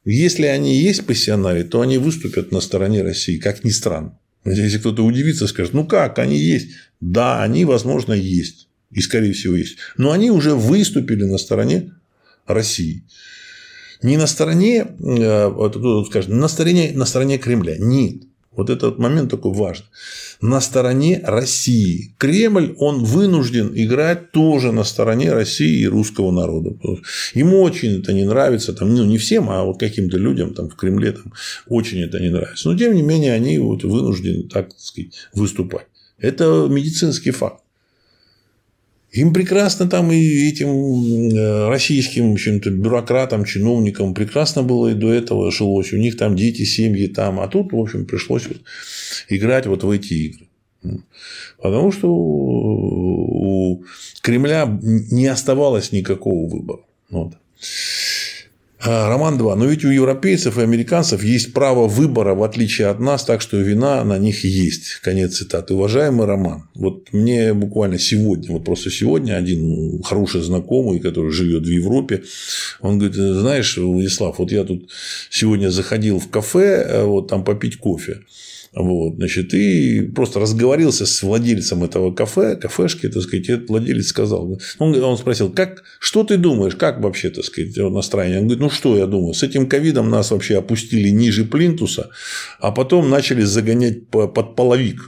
Если они есть пассионарии, то они выступят на стороне России, как ни странно. Если кто-то удивится, скажет, ну как, они есть. Да, они, возможно, есть. И, скорее всего, есть. Но они уже выступили на стороне России. Не на стороне, скажем, на стороне, на стороне Кремля. Нет. Вот этот момент такой важный. На стороне России. Кремль, он вынужден играть тоже на стороне России и русского народа. Ему очень это не нравится. Там, ну, не всем, а вот каким-то людям там, в Кремле там, очень это не нравится. Но, тем не менее, они вот вынуждены, так сказать, выступать. Это медицинский факт. Им прекрасно там и этим российским, в общем-то, бюрократам, чиновникам прекрасно было и до этого жилось. У них там дети, семьи там. А тут, в общем, пришлось вот играть вот в эти игры. Потому что у Кремля не оставалось никакого выбора. Вот. Роман два. Но ведь у европейцев и американцев есть право выбора, в отличие от нас, так что вина на них есть. Конец цитаты. Уважаемый Роман, вот мне буквально сегодня, вот просто сегодня один хороший знакомый, который живет в Европе, он говорит, знаешь, Владислав, вот я тут сегодня заходил в кафе, вот там попить кофе. Вот, значит, и просто разговорился с владельцем этого кафе, кафешки, так сказать, и этот владелец сказал, он, он спросил, как, что ты думаешь, как вообще, так сказать, настроение? Он говорит, ну, что я думаю, с этим ковидом нас вообще опустили ниже плинтуса, а потом начали загонять под половик.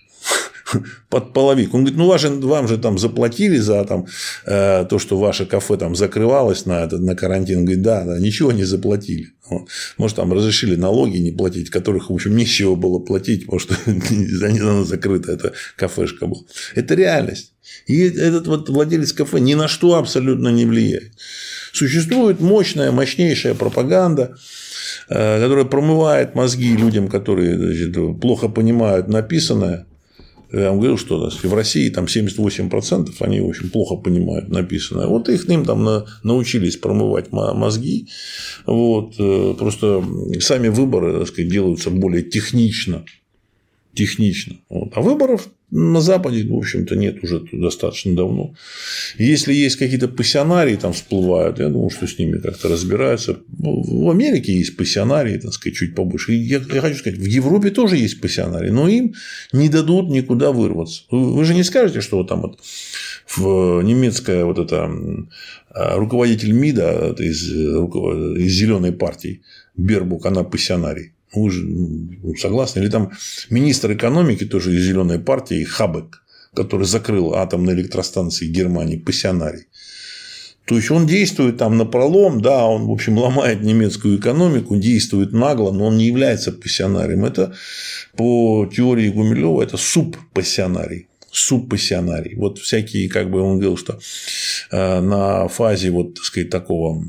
Под половик. Он говорит, ну, вам же, вам же там заплатили за там, э, то, что ваше кафе там закрывалось на, на карантин. Он говорит, да, да, ничего не заплатили. Вот. Может, там разрешили налоги не платить, которых, в общем, нечего было платить, потому что она закрыта, эта кафешка была. Это реальность. И этот вот владелец кафе ни на что абсолютно не влияет. Существует мощная, мощнейшая пропаганда, которая промывает мозги людям, которые, значит, плохо понимают написанное. Я вам говорил, что в России там семьдесят восемь процентов они, в общем, плохо понимают написанное. Вот их им там научились промывать мозги. Вот. Просто сами выборы, так сказать, делаются более технично. Технично. Вот. А выборов на Западе, в общем-то, нет уже достаточно давно. Если есть какие-то пассионарии там всплывают, я думаю, что с ними как-то разбираются. В Америке есть пассионарии, так сказать, чуть побольше. И я, я хочу сказать, в Европе тоже есть пассионарии, но им не дадут никуда вырваться. Вы же не скажете, что вот там вот в немецкая вот эта руководитель МИДа из, из зеленой партии Бербук, она пассионарий. Вы же согласны? Или там министр экономики тоже из зеленой партии Хабек, который закрыл атомные электростанции Германии, пассионарий. То есть он действует там напролом, да, он, в общем, ломает немецкую экономику, действует нагло, но он не является пассионарием. Это по теории Гумилева это субпассионарий. Субпассионарий. Вот всякие, как бы он говорил, что на фазе вот, так сказать, такого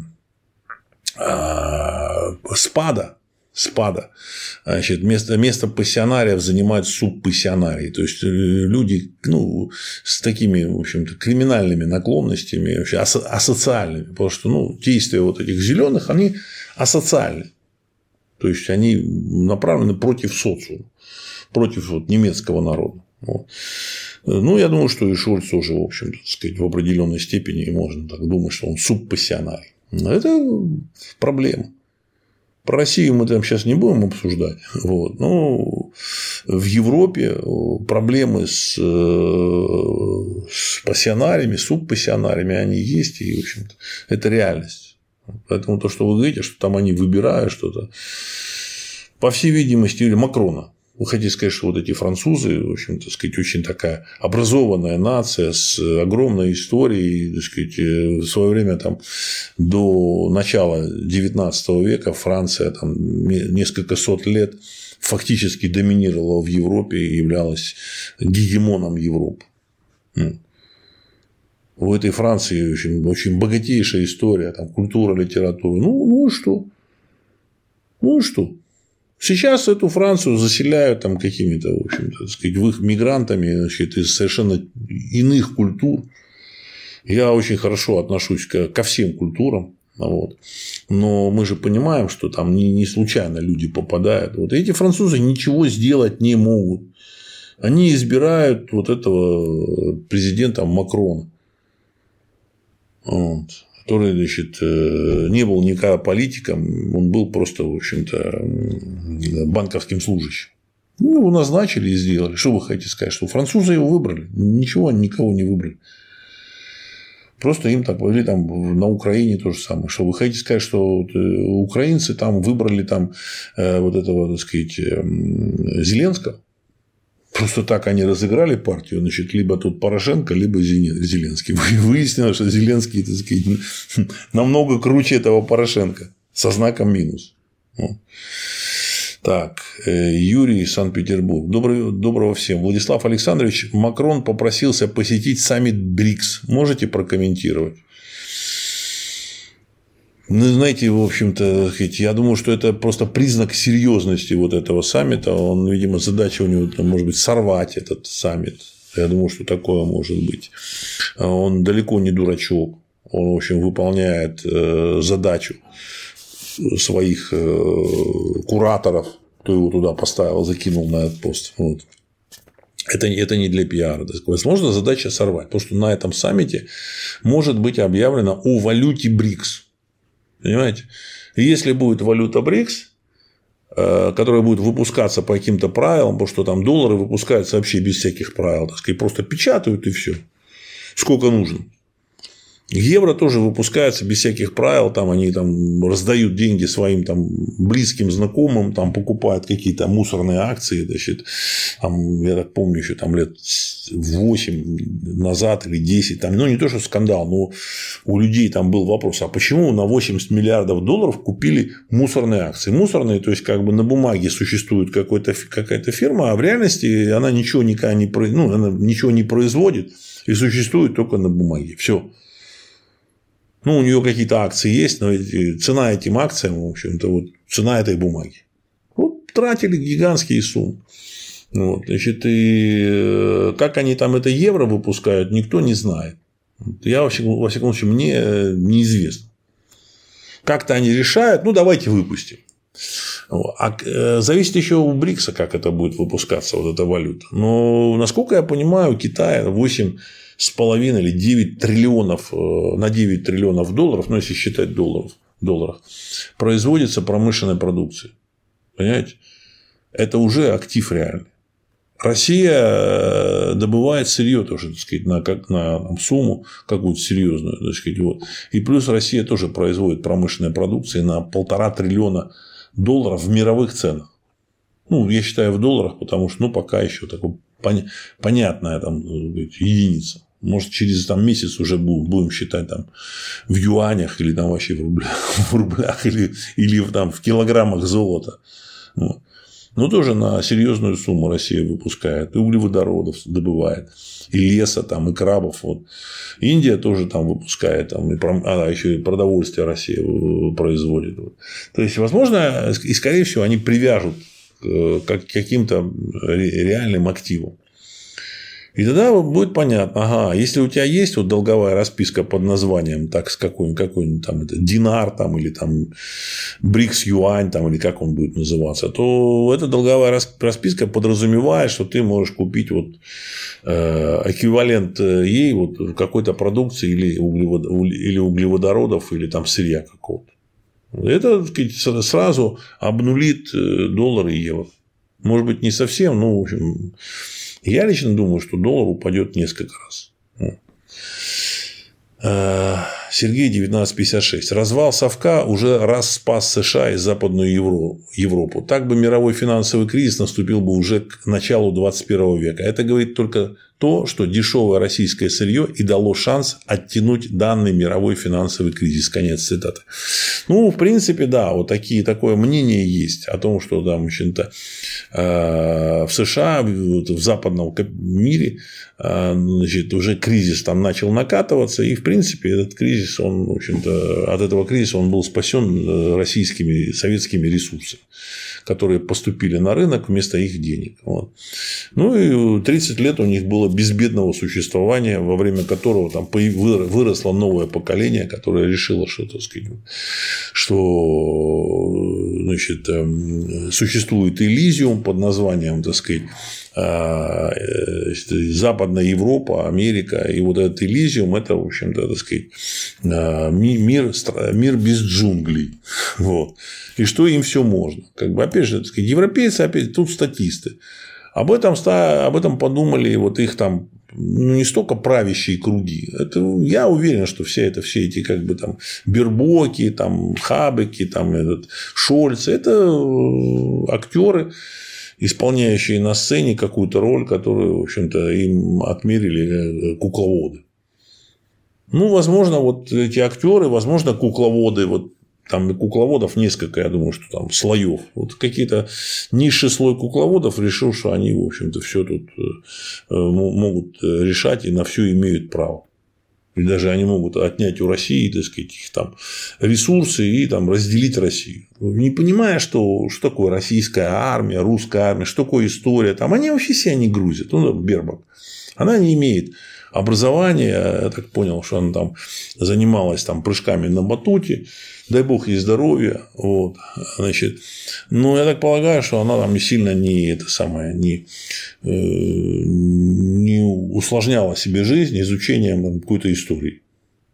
спада. спада. Значит, место, место пассионариев занимают субпассионарии. То есть люди, ну, с такими, в общем-то, криминальными наклонностями, вообще асоциальными. Потому что, ну, действия вот этих зеленых, они асоциальны. То есть они направлены против социума, против вот немецкого народа. Вот. Ну, я думаю, что и Шольц тоже, в общем-то, так сказать, в определенной степени можно так думать, что он субпассионарий. Это проблема. Про Россию мы там сейчас не будем обсуждать. Вот. Но в Европе проблемы с, с пассионариями, субпассионариями, они есть. И, в общем-то, это реальность. Поэтому то, что вы говорите, что там они выбирают что-то, по всей видимости, или Макрона. Вы хотите сказать, что вот эти французы, в общем-то, сказать, очень такая образованная нация с огромной историей, так сказать, в свое время там, до начала девятнадцатого века Франция там, несколько сот лет фактически доминировала в Европе и являлась гегемоном Европы. У этой Франции очень, очень богатейшая история, там, культура, литература. Ну, ну и что? Ну и что? Сейчас эту Францию заселяют там какими-то, в общем-то, так сказать, мигрантами, значит, из совершенно иных культур. Я очень хорошо отношусь ко всем культурам. Вот. Но мы же понимаем, что там не, не случайно люди попадают. Вот. И эти французы ничего сделать не могут. Они избирают вот этого президента Макрона. Вот. который, значит, не был никогда политиком, он был просто, в общем-то, банковским служащим. Ну, его назначили и сделали. Что вы хотите сказать? Что французы его выбрали? Ничего, они никого не выбрали. Просто им так повели там на Украине то же самое. Что вы хотите сказать, что украинцы там выбрали там вот этого, так сказать, Зеленского? Просто так они разыграли партию, значит, либо тут Порошенко, либо Зеленский. Выяснилось, что Зеленский, так сказать, намного круче этого Порошенко. Со знаком минус. Так, Юрий, Санкт-Петербург. Доброго, доброго всем. Владислав Александрович, Макрон попросился посетить саммит БРИКС. Можете прокомментировать? Ну, знаете, в общем-то, я думаю, что это просто признак серьезности вот этого саммита. Он, видимо, задача у него, может быть, сорвать этот саммит. Я думаю, что такое может быть. Он далеко не дурачок. Он, в общем, выполняет задачу своих кураторов, кто его туда поставил, закинул на этот пост. Вот. Это, это не для пиара. Возможно, задача сорвать. Потому что на этом саммите может быть объявлено о валюте БРИКС. Понимаете? И если будет валюта БРИКС, которая будет выпускаться по каким-то правилам, потому что там доллары выпускаются вообще без всяких правил, так сказать, просто печатают и все. Сколько нужно. Евро тоже выпускается без всяких правил, там они там раздают деньги своим там близким знакомым, там покупают какие-то мусорные акции, значит, там, я так помню, еще там лет восемь назад или десять, там, ну не то что скандал, но у людей там был вопрос, а почему на восемьдесят миллиардов долларов купили мусорные акции? Мусорные, то есть как бы на бумаге существует какой-то, какая-то фирма, а в реальности она ничего никогда не, ну, она ничего не производит и существует только на бумаге. Все. Ну, у нее какие-то акции есть, но цена этим акциям, в общем-то, вот цена этой бумаги. Вот тратили гигантские суммы. Вот, значит, и как они там это евро выпускают, никто не знает. Я, во всяком, во всяком случае, мне неизвестно. Как-то они решают, ну, давайте выпустим. А зависит еще у БРИКСа, как это будет выпускаться, вот эта валюта. Но, насколько я понимаю, у Китая восемь с половиной или девять триллионов, на девять триллионов долларов, ну, если считать долларов, долларах, производится промышленной продукции. Понимаете? Это уже актив реальный. Россия добывает сырье тоже, так сказать, на, как, на там, сумму какую-то серьезную. Так сказать, вот. И плюс Россия тоже производит промышленной продукции на полтора триллиона долларов в мировых ценах. Ну, я считаю в долларах, потому что ну, пока еще такая понятная там, единица. Может, через там, месяц уже будем считать там, в юанях или там, вообще в рублях, в рублях или, или там, в килограммах золота. Вот. Но тоже на серьезную сумму Россия выпускает. И углеводородов добывает. И леса, там, и крабов. Вот. Индия тоже там выпускает. Там, и, а, еще и продовольствие Россия производит. Вот. То есть, возможно, и, скорее всего, они привяжут к каким-то реальным активам. И тогда будет понятно, ага, если у тебя есть вот долговая расписка под названием, так, с какой-нибудь, какой-нибудь там это, динар там, или там БРИКС юань, там, или как он будет называться, то эта долговая расписка подразумевает, что ты можешь купить вот, э, эквивалент ей вот, какой-то продукции или, углевод... или углеводородов, или там сырья какого-то. Это, так сказать, сразу обнулит доллар и евро. Может быть, не совсем, но в общем. Я лично думаю, что доллар упадет несколько раз. Сергей, девятнадцать пятьдесят шесть. Развал совка уже раз спас США и Западную Европу. Так бы мировой финансовый кризис наступил бы уже к началу двадцать первого века. Это говорит только то, что дешевое российское сырье и дало шанс оттянуть данный мировой финансовый кризис. Конец цитаты. Ну, в принципе, да, вот такие, такое мнение есть о том, что там, в общем-то, в США, в западном мире, значит, уже кризис там начал накатываться, и, в принципе, этот кризис, он, в общем-то, от этого кризиса он был спасен российскими, советскими ресурсами, которые поступили на рынок вместо их денег. Вот. Ну, и тридцать лет у них было безбедного существования, во время которого там выросло новое поколение, которое решило, что, так сказать, что значит, существует Элизиум под названием, так сказать, Западная Европа, Америка и вот этот Элизиум – это, в общем-то, так сказать, мир, мир без джунглей. Вот. И что им все можно. Как бы, опять же, так сказать, европейцы, опять тут статисты. Об этом, об этом подумали вот их там, ну, не столько правящие круги. Это, я уверен, что все, это, все эти как бы там Бербоки, там, Хабеки, там, этот, Шольцы – это актеры, исполняющие на сцене какую-то роль, которую, в общем-то, им отмерили кукловоды. Ну, возможно, вот эти актеры, возможно, кукловоды, вот там кукловодов несколько, я думаю, что там слоев. Вот какие-то низший слой кукловодов решил, что они, в общем-то, все тут могут решать и на все имеют право. И даже они могут отнять у России, так сказать, их там ресурсы и там разделить Россию. Не понимая, что, что такое российская армия, русская армия, что такое история, там они вообще себя не грузят. Ну, Бербак. Она не имеет образования. Я так понял, что она там занималась там прыжками на батуте. Дай бог ей здоровья. Вот. Значит, ну, я так полагаю, что она там сильно не, это самое, не, не усложняла себе жизнь изучением какой-то истории.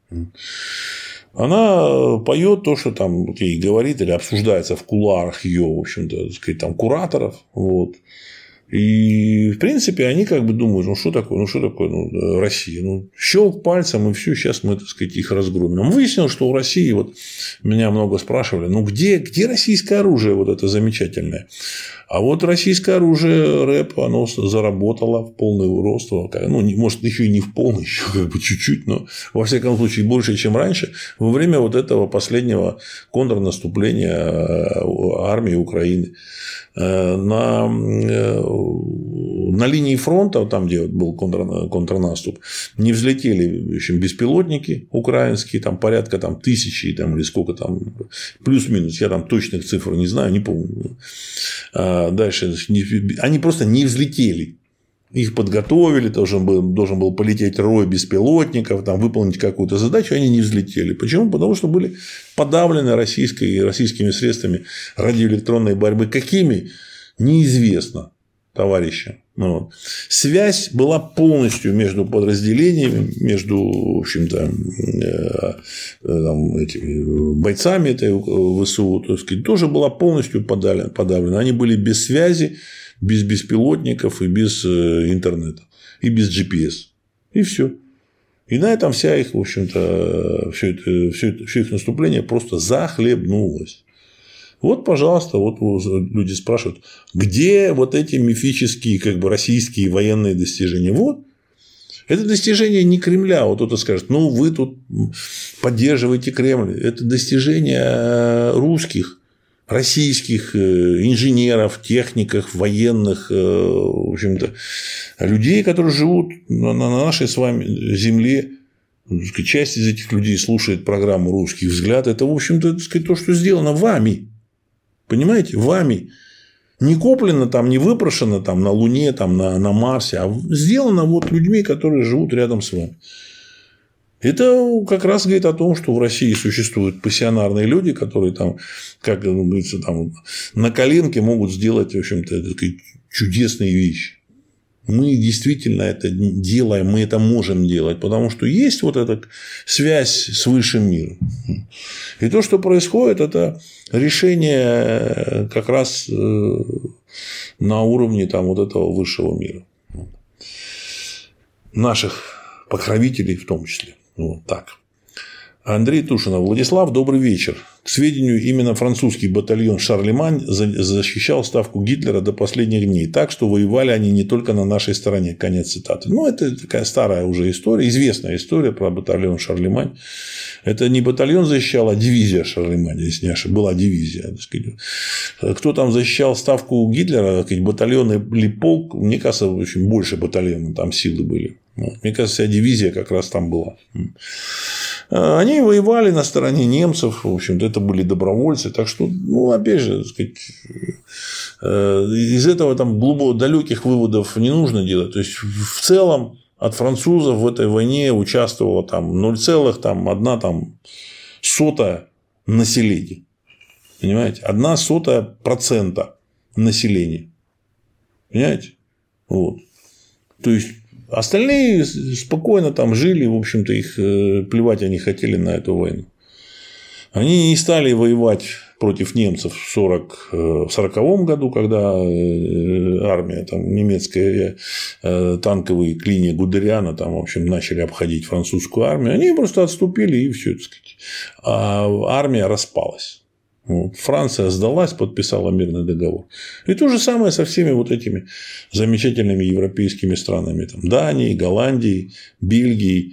Она поет то, что там ей говорит или обсуждается в кулуарах ее, в общем-то, так сказать, там кураторов. Вот. И, в принципе, они как бы думают, ну, что такое, ну, что такое ну, Россия? Ну, щелк пальцем, и все, сейчас мы, так сказать, их разгромим. Выяснилось, что у России, вот меня много спрашивали, ну, где, где российское оружие вот это замечательное? А вот российское оружие рэп, оно заработало в полный рост. Ну, может, еще и не в полный, еще как бы чуть-чуть, но, во всяком случае, больше, чем раньше, во время вот этого последнего контрнаступления армии Украины. На, на линии фронта, там, где был контр, контрнаступ, не взлетели в общем, беспилотники украинские, там порядка там, тысячи там, или сколько там, плюс-минус, я там точных цифр не знаю, не помню. А дальше они просто не взлетели. Их подготовили, должен был, должен был полететь рой беспилотников, там, выполнить какую-то задачу, они не взлетели. Почему? Потому что были подавлены российской, российскими средствами радиоэлектронной борьбы. Какими? Неизвестно, товарищи. Вот. Связь была полностью между подразделениями, между, в общем-то, там, этими бойцами этой ВСУ, так сказать, тоже была полностью подавлена. Они были без связи, без беспилотников и без интернета, и без джи пи эс. И все. И на этом вся их, в общем-то, все, это, все, это, все их наступление просто захлебнулось. Вот, пожалуйста, вот люди спрашивают, где вот эти мифические, как бы, российские военные достижения? Вот. Это достижение не Кремля. Вот кто-то скажет, ну, вы тут поддерживаете Кремль. Это достижение русских, российских инженеров, техников, военных, в общем-то, людей, которые живут на нашей с вами земле. Часть из этих людей слушает программу «Русский взгляд». Это, в общем-то, так сказать, то, что сделано вами. Понимаете? Вами. Не куплено, там, не выпрошено там, на Луне, там, на, на Марсе, а сделано вот людьми, которые живут рядом с вами. Это как раз говорит о том, что в России существуют пассионарные люди, которые там, как говорится, там, на коленке могут сделать, в общем-то, чудесные вещи. Мы действительно это делаем, мы это можем делать, потому что есть вот эта связь с высшим миром. И то, что происходит, это решение как раз на уровне там, вот этого высшего мира. Наших покровителей в том числе. Вот так. Андрей Тушинов. Владислав, добрый вечер. К сведению, именно французский батальон «Шарлемань» защищал ставку Гитлера до последних дней. Так что воевали они не только на нашей стороне. Конец цитаты. Ну, это такая старая уже история, известная история про батальон «Шарлемань». Это не батальон защищал, а дивизия «Шарлемань», если не ошибаюсь. Была дивизия. Так сказать. Кто там защищал ставку Гитлера, так сказать, батальон или полк, мне кажется, очень больше батальона там силы были. Мне кажется, вся дивизия как раз там была. Они воевали на стороне немцев, в общем-то, это были добровольцы, так что, ну, опять же, так сказать, из этого там глубоко далеких выводов не нужно делать. То есть, в целом от французов в этой войне участвовало там ноль целых одна сотая населения. Понимаете? Одна сотая процента населения. Понимаете? Вот. То есть остальные спокойно там жили, в общем-то, их плевать они хотели на эту войну. Они не стали воевать против немцев в сороковом году, когда армия там, немецкая, танковые клини Гудериана там, в общем, начали обходить французскую армию. Они просто отступили, и все, так сказать. А армия распалась. Вот. Франция сдалась, подписала мирный договор. И то же самое со всеми вот этими замечательными европейскими странами. Там, Данией, Голландией, Бельгией.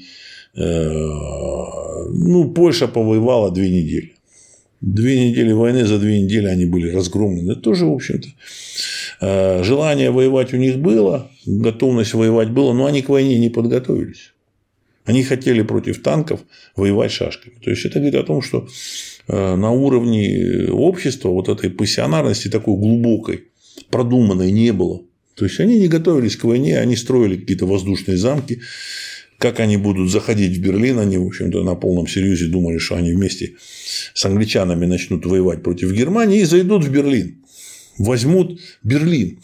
Ну, Польша повоевала две недели. Две недели войны, за две недели они были разгромлены. Это тоже, в общем-то, желание воевать у них было, готовность воевать была, но они к войне не подготовились. Они хотели против танков воевать шашками. То есть, это говорит о том, что на уровне общества вот этой пассионарности такой глубокой, продуманной не было. То есть, они не готовились к войне, они строили какие-то воздушные замки. Как они будут заходить в Берлин, они, в общем-то, на полном серьезе думали, что они вместе с англичанами начнут воевать против Германии и зайдут в Берлин. Возьмут Берлин.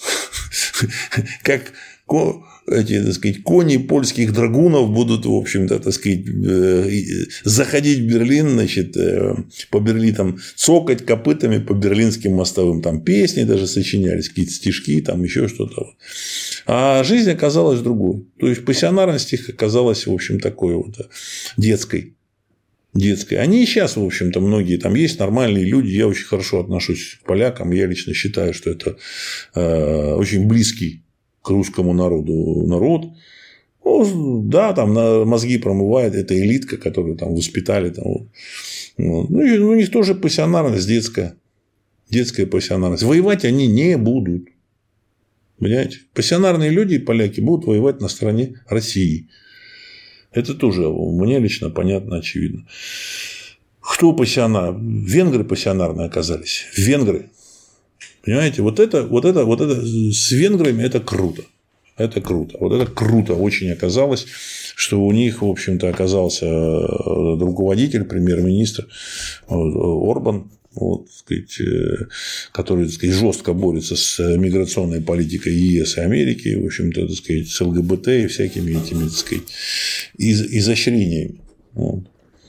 Как эти, так сказать, кони польских драгунов будут, в общем-то, так сказать, заходить в Берлин, значит, по Берлинам цокать копытами по берлинским мостовым. Там песни даже сочинялись, какие-то стишки, там еще что-то. А жизнь оказалась другой. То есть, пассионарность их оказалась, в общем, такой вот детской. детской. Они и сейчас, в общем-то, многие там есть нормальные люди. Я очень хорошо отношусь к полякам. Я лично считаю, что это э, очень близкий к русскому народу народ. Ну, да, там мозги промывает, это элитка, которую там воспитали. Там, вот. Ну, и у них тоже пассионарность детская. Детская пассионарность. Воевать они не будут. Понимаете? Пассионарные люди, поляки, будут воевать на стороне России. Это тоже мне лично понятно, очевидно. Кто пассионар? Венгры пассионарные оказались. Венгры. Понимаете, вот это, вот это, вот это с венграми это круто. Это круто. Вот это круто очень оказалось, что у них, в общем-то, оказался руководитель, премьер-министр Орбан, вот, так сказать, который, так сказать, жестко борется с миграционной политикой ЕС и Америки, в общем-то, так сказать, с ЛГБТ и всякими этими, так сказать, изощрениями. Вот.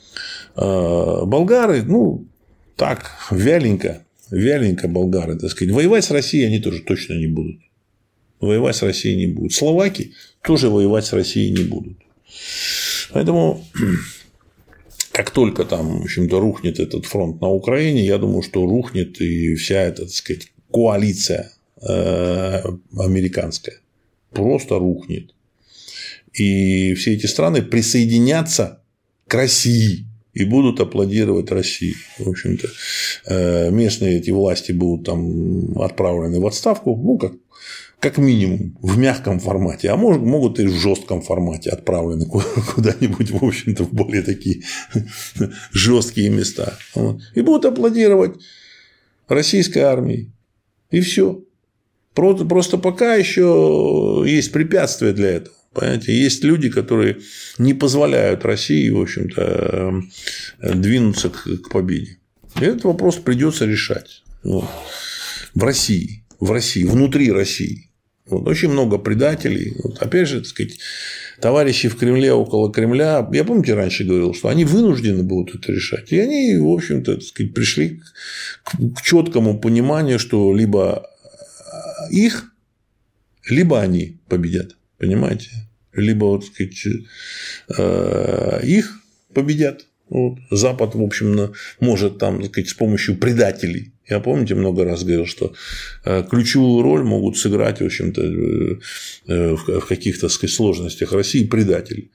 А болгары, ну, так, вяленько. Вяленько болгары, так сказать. Воевать с Россией они тоже точно не будут. Воевать с Россией не будут. Словаки тоже воевать с Россией не будут. Поэтому, как только там, в общем-то, рухнет этот фронт на Украине, я думаю, что рухнет и вся эта, так сказать, коалиция американская. Просто рухнет. И все эти страны присоединятся к России. И будут аплодировать России. В общем-то, местные эти власти будут там отправлены в отставку, ну, как, как минимум, в мягком формате, а может, могут и в жестком формате отправлены куда-нибудь, в общем-то, в более такие жесткие места. И будут аплодировать российской армии. И все. Просто пока еще есть препятствия для этого. Понимаете, есть люди, которые не позволяют России, в общем-то, двинуться к победе. И этот вопрос придется решать. Вот. В России, в России, внутри России. Вот. Очень много предателей. Вот. Опять же, так сказать, товарищи в Кремле, около Кремля, я, помните, раньше говорил, что они вынуждены будут это решать. И они, в общем-то, так сказать, пришли к четкому пониманию, что либо их, либо они победят. Понимаете? Либо, вот, так сказать, их победят. Вот. Запад, в общем, может там, так сказать, с помощью предателей. Я, помните, много раз говорил, что ключевую роль могут сыграть, в общем-то, в каких-то, так сказать, сложностях России предатели.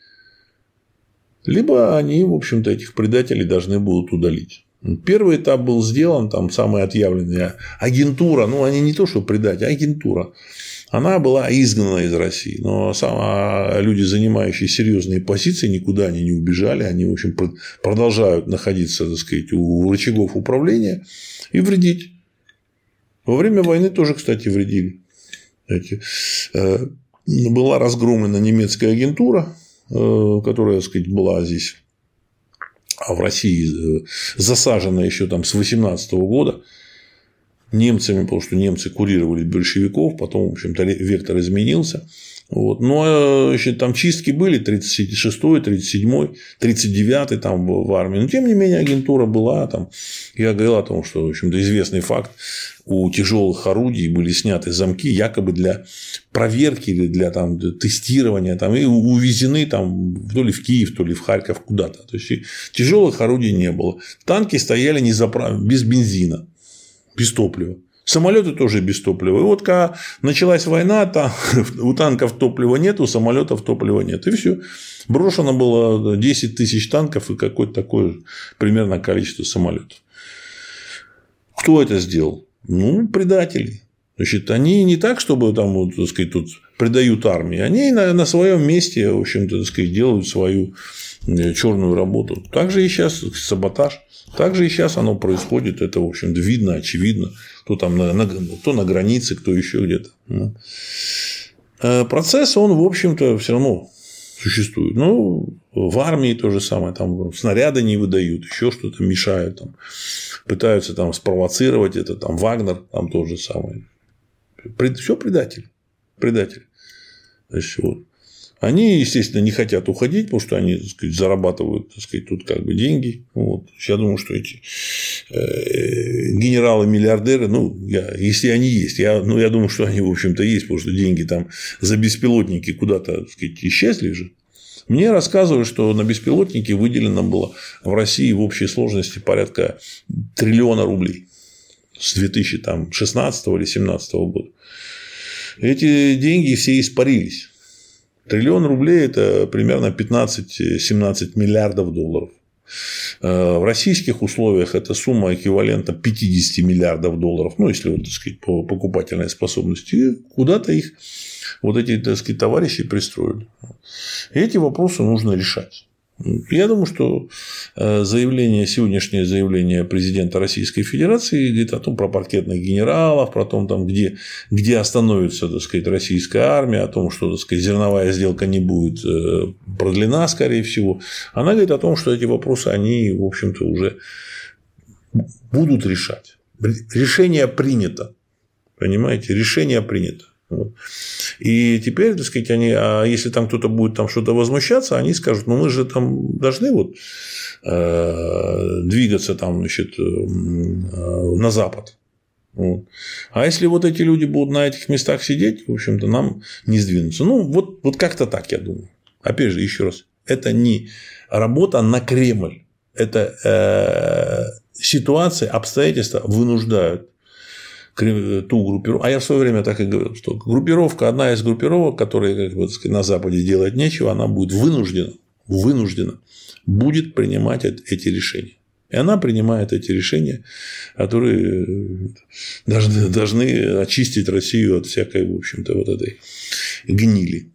Либо они, в общем-то, этих предателей должны будут удалить. Первый этап был сделан, там самая отъявленная агентура, ну, они не то, что предатели, а агентура. Она была изгнана из России, но сама люди, занимающие серьезные позиции, никуда они не убежали, они, в общем, продолжают находиться, так сказать, у рычагов управления и вредить. Во время войны тоже, кстати, вредили. Была разгромлена немецкая агентура, которая, так сказать, была здесь, а в России засажена еще там с восемнадцатого года. немцами, потому что немцы курировали большевиков, потом, в общем-то, вектор изменился. Вот. Ну, значит, там чистки были тридцать шестой, тридцать седьмой, тридцать девятый там в армии. Но, тем не менее, агентура была. Там. Я говорил о том, что, в общем-то, известный факт. У тяжелых орудий были сняты замки якобы для проверки или для там, тестирования. Там, и увезены там, то ли в Киев, то ли в Харьков куда-то. То есть, тяжелых орудий не было. Танки стояли не заправ... без бензина, без топлива. Самолеты тоже без топлива. И вот когда началась война, там у танков топлива нет, у самолетов топлива нет. И все. Брошено было десять тысяч танков и какое-то такое примерно количество самолетов. Кто это сделал? Ну, предатели. Значит, они не так, чтобы там, вот, так сказать, тут предают армии, они на, на своем месте, в общем-то, так сказать, делают свою черную работу. Также и сейчас саботаж. Также и сейчас оно происходит. Это, в общем-то, видно, очевидно. Кто там на, на, кто на границе, кто еще где-то. Процесс, он, в общем-то, все равно существует. Ну, в армии то же самое. Там снаряды не выдают, еще что-то мешают. Там, пытаются там спровоцировать это. Там Вагнер, там то же самое. Все предатели. Предатели. Значит, вот. Они, естественно, не хотят уходить, потому что они, так сказать, зарабатывают, так сказать, тут как бы деньги. Вот. Я думаю, что эти генералы-миллиардеры, ну, я, если они есть, я, ну, я думаю, что они, в общем-то, есть, потому что деньги там за беспилотники куда-то, так сказать, исчезли же. Мне рассказывают, что на беспилотники выделено было в России в общей сложности порядка триллиона рублей с две тысячи шестнадцатого или две тысячи семнадцатого года. Эти деньги все испарились. Триллион рублей – это примерно пятнадцать-семнадцать миллиардов долларов. В российских условиях эта сумма эквивалентна пятидесяти миллиардов долларов, ну, если, вот, так сказать, по покупательной способности. И куда-то их вот эти, так сказать, товарищи пристроили. И эти вопросы нужно решать. Я думаю, что заявление, сегодняшнее заявление президента Российской Федерации говорит о том, про паркетных генералов, про то, там, где, где остановится, так сказать, российская армия, о том, что, так сказать, зерновая сделка не будет продлена, скорее всего. Она говорит о том, что эти вопросы, они, в общем-то, уже будут решать. Решение принято. Понимаете? Решение принято. Вот. И теперь, так сказать, они, а если там кто-то будет там что-то возмущаться, они скажут, ну мы же там должны вот э, двигаться там, значит, э, на запад. Вот. А если вот эти люди будут на этих местах сидеть, в общем-то, нам не сдвинуться. Ну, вот, вот как-то так, я думаю. Опять же, еще раз, это не работа на Кремль. Это э, ситуации, обстоятельства вынуждают ту группировку. А я в свое время так и говорил, что группировка, одна из группировок, которая, как бы, так сказать, на Западе делать нечего, она будет вынуждена, вынуждена будет принимать эти решения. И она принимает эти решения, которые должны, должны очистить Россию от всякой, в общем-то, вот этой гнили.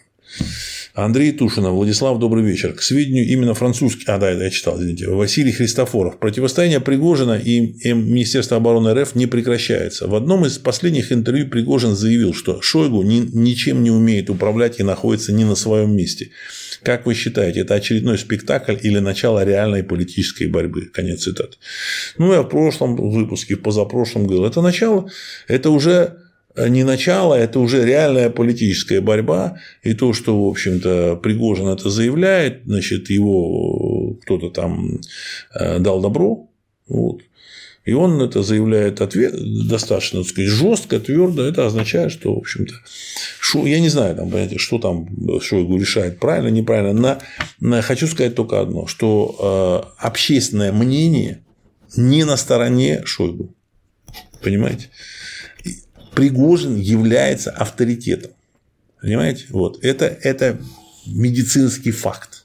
Андрей Тушинов, Владислав, добрый вечер. К сведению, именно французский, а да, это я читал, извините, Василий Христофоров. Противостояние Пригожина и Министерства обороны РФ не прекращается. В одном из последних интервью Пригожин заявил, что Шойгу ни, ничем не умеет управлять и находится не на своем месте. Как вы считаете, это очередной спектакль или начало реальной политической борьбы? Конец цитаты. Ну, я в прошлом выпуске, в позапрошлом говорил, это начало, это уже не начало, это уже реальная политическая борьба. И то, что, в общем-то, Пригожин это заявляет, значит, его кто-то там дал добро. Вот. И он это заявляет ответ, достаточно, так сказать, жестко, твердо. Это означает, что, в общем-то, шо, я не знаю, там, понимаете, что там Шойгу решает, правильно, неправильно. На, на, хочу сказать только одно, что э, общественное мнение не на стороне Шойгу. Понимаете? Пригожин является авторитетом. Понимаете? Вот. Это, это медицинский факт.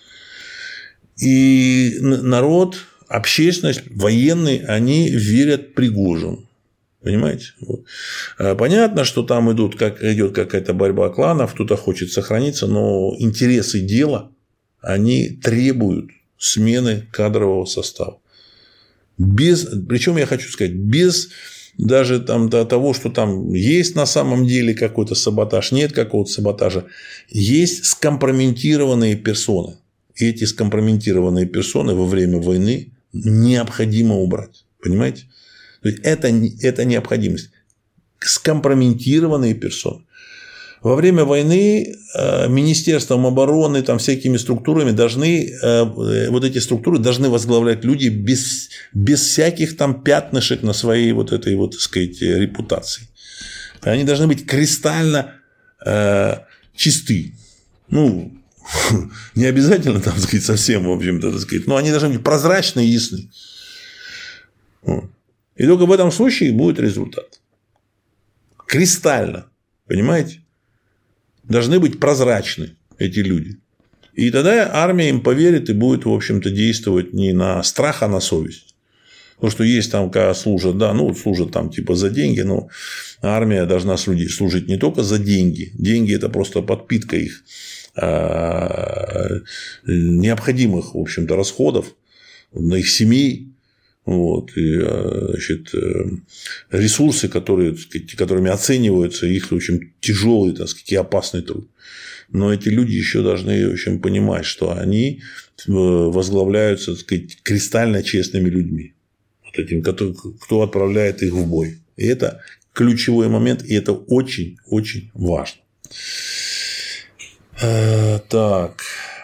И народ, общественность, военные, они верят Пригожину. Понимаете? Вот. Понятно, что там идут, как, идет какая-то борьба кланов, кто-то хочет сохраниться, но интересы дела, они требуют смены кадрового состава. Без, причем я хочу сказать, без даже там до того, что там есть на самом деле какой-то саботаж, нет какого-то саботажа, есть скомпрометированные персоны. И эти скомпрометированные персоны во время войны необходимо убрать. Понимаете? То есть это, это необходимость. Скомпрометированные персоны. Во время войны Министерством обороны, там, всякими структурами должны, вот эти структуры должны возглавлять люди без, без всяких там пятнышек на своей вот этой вот, так сказать, репутации. Они должны быть кристально э, чисты. Ну, не обязательно, там, так сказать, совсем, в общем-то, так сказать, но они должны быть прозрачны и ясны. И только в этом случае будет результат. Кристально. Понимаете? Должны быть прозрачны эти люди. И тогда армия им поверит и будет, в общем-то, действовать не на страх, а на совесть. Потому что есть там, когда служат, да, ну, служат там типа за деньги, но армия должна служить не только за деньги. Деньги – это просто подпитка их необходимых, в общем-то, расходов на их семей. Вот, и, значит, ресурсы, которые, так сказать, которыми оцениваются их, в общем, тяжелый, так сказать, и опасный труд. Но эти люди еще должны, в общем, понимать, что они возглавляются, так сказать, кристально честными людьми. Вот этим, кто, кто отправляет их в бой. И это ключевой момент, и это очень-очень важно. Так.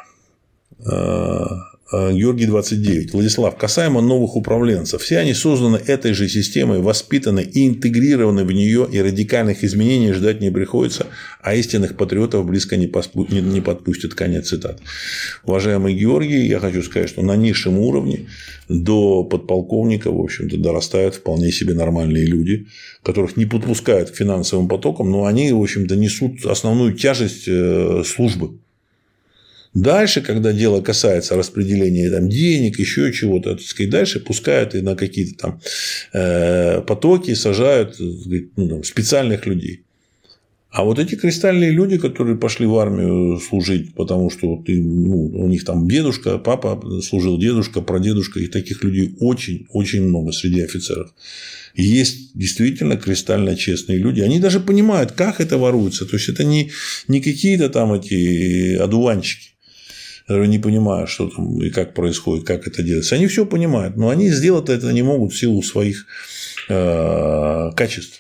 Георгий двадцать девять. Владислав, касаемо новых управленцев. Все они созданы этой же системой, воспитаны и интегрированы в нее, и радикальных изменений ждать не приходится, а истинных патриотов близко не подпустят. Конец цитат. Уважаемый Георгий, я хочу сказать, что на низшем уровне до подполковника, в общем-то, дорастают вполне себе нормальные люди, которых не подпускают к финансовым потокам, но они, в общем-то, несут основную тяжесть службы. Дальше, когда дело касается распределения там, денег, еще чего-то, так сказать, дальше пускают и на какие-то там э, потоки сажают, ну, там, специальных людей. А вот эти кристальные люди, которые пошли в армию служить, потому что ну, у них там дедушка, папа служил, дедушка, прадедушка, и таких людей очень-очень много среди офицеров. И есть действительно кристально честные люди. Они даже понимают, как это воруется. То есть это не, не какие-то там эти одуванчики, которые не понимают, что там и как происходит, как это делается. Они все понимают, но они сделать это не могут в силу своих э, качеств.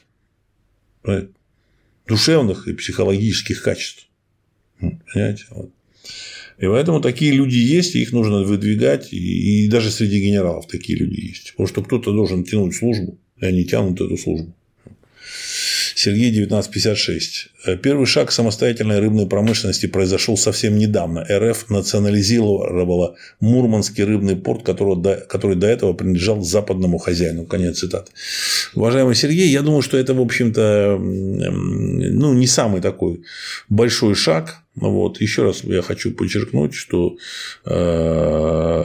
Душевных и психологических качеств. Понимаете? Вот. И поэтому такие люди есть, и их нужно выдвигать. И, и даже среди генералов такие люди есть. Потому что кто-то должен тянуть службу, и они тянут эту службу. Сергей, девятнадцать пятьдесят шесть. Первый шаг самостоятельной рыбной промышленности произошел совсем недавно. эр эф национализировала Мурманский рыбный порт, который до, который до этого принадлежал западному хозяину. Конец цитаты. Уважаемый Сергей, я думаю, что это, в общем-то, ну, не самый такой большой шаг. Вот. Еще раз я хочу подчеркнуть, что э,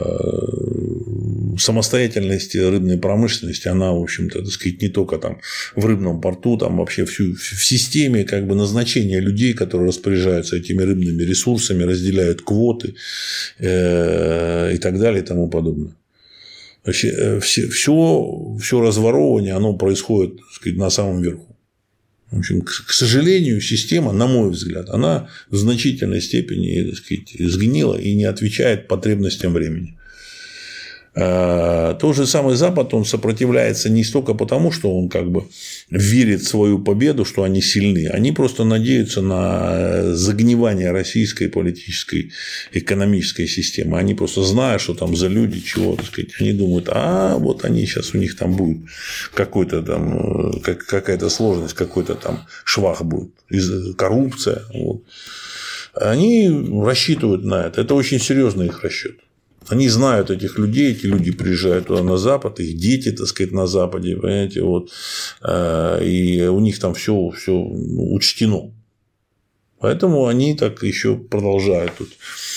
самостоятельность рыбной промышленности, она, в общем-то, так сказать, не только там в рыбном порту, там вообще всю, в системе как бы назначения людей, которые распоряжаются этими рыбными ресурсами, разделяют квоты э, и так далее и тому подобное. Вообще, все, все, все разворовывание, оно происходит, так сказать, на самом верху. В общем, к сожалению, система, на мой взгляд, она в значительной степени, так сказать, сгнила и не отвечает потребностям времени. Тот же самый Запад, он сопротивляется не столько потому, что он как бы верит в свою победу, что они сильны. Они просто надеются на загнивание российской политической, экономической системы. Они просто знают, что там за люди, чего, так сказать, они думают, а вот они сейчас, у них там будет какой-то там, какая-то сложность, какой-то там швах будет, коррупция. Вот. Они рассчитывают на это. Это очень серьезный их расчет. Они знают этих людей, эти люди приезжают туда на Запад, их дети, так сказать, на Западе, понимаете, вот, и у них там все, все учтено. Поэтому они так еще продолжают тут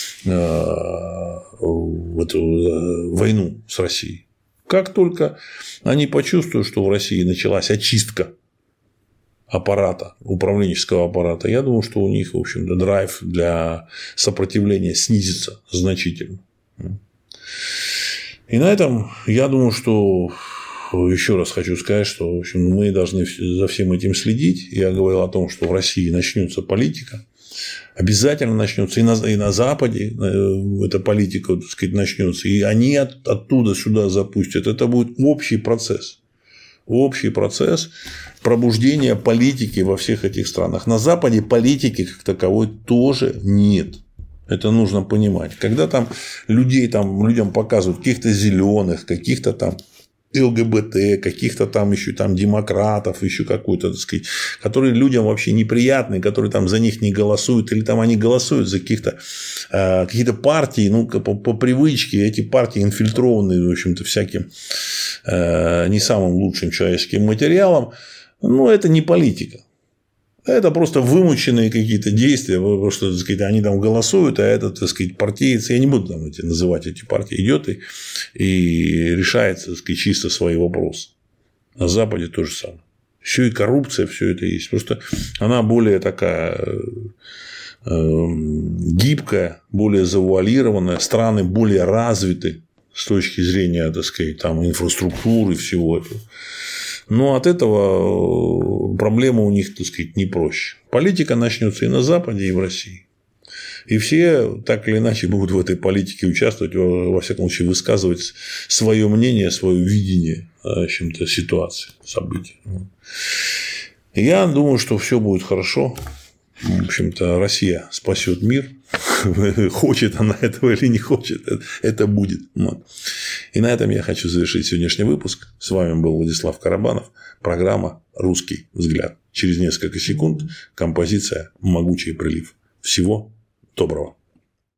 эту войну с Россией. Как только они почувствуют, что в России началась очистка аппарата, управленческого аппарата, я думаю, что у них, в общем-то, драйв для сопротивления снизится значительно. И на этом я думаю, что еще раз хочу сказать, что в общем, мы должны за всем этим следить. Я говорил о том, что в России начнется политика. Обязательно начнется. И на, и на Западе эта политика, так сказать, начнется. И они от, оттуда сюда запустят. Это будет общий процесс. в общий процесс пробуждения политики во всех этих странах. На Западе политики как таковой тоже нет. Это нужно понимать. Когда там людей, там, людям показывают каких-то зеленых, каких-то там ЛГБТ, каких-то там еще там демократов, еще какую-то, так сказать, которые людям вообще неприятны, которые там за них не голосуют, или там они голосуют за каких-то, э, какие-то партии, ну, по, по привычке, эти партии инфильтрованы, в общем-то, всяким э, не самым лучшим человеческим материалом, ну, это не политика. Это просто вымученные какие-то действия, потому что, так сказать, они там голосуют, а этот, так сказать, партиец, я не буду там эти, называть эти партии, идет и, и решает, так сказать, чисто свои вопросы. На Западе то же самое. Еще и коррупция, все это есть. Просто она более такая э, гибкая, более завуалированная, страны более развиты с точки зрения, так сказать, там, инфраструктуры всего этого. Но от этого проблема у них, так сказать, не проще. Политика начнется и на Западе, и в России. И все так или иначе будут в этой политике участвовать, во всяком случае, высказывать свое мнение, свое видение в общем-то, ситуации, событий. Я думаю, что все будет хорошо. В общем-то, Россия спасет мир. Хочет она этого или не хочет, это будет. И на этом я хочу завершить сегодняшний выпуск. С вами был Владислав Карабанов. Программа «Русский взгляд». Через несколько секунд композиция «Могучий прилив». Всего доброго.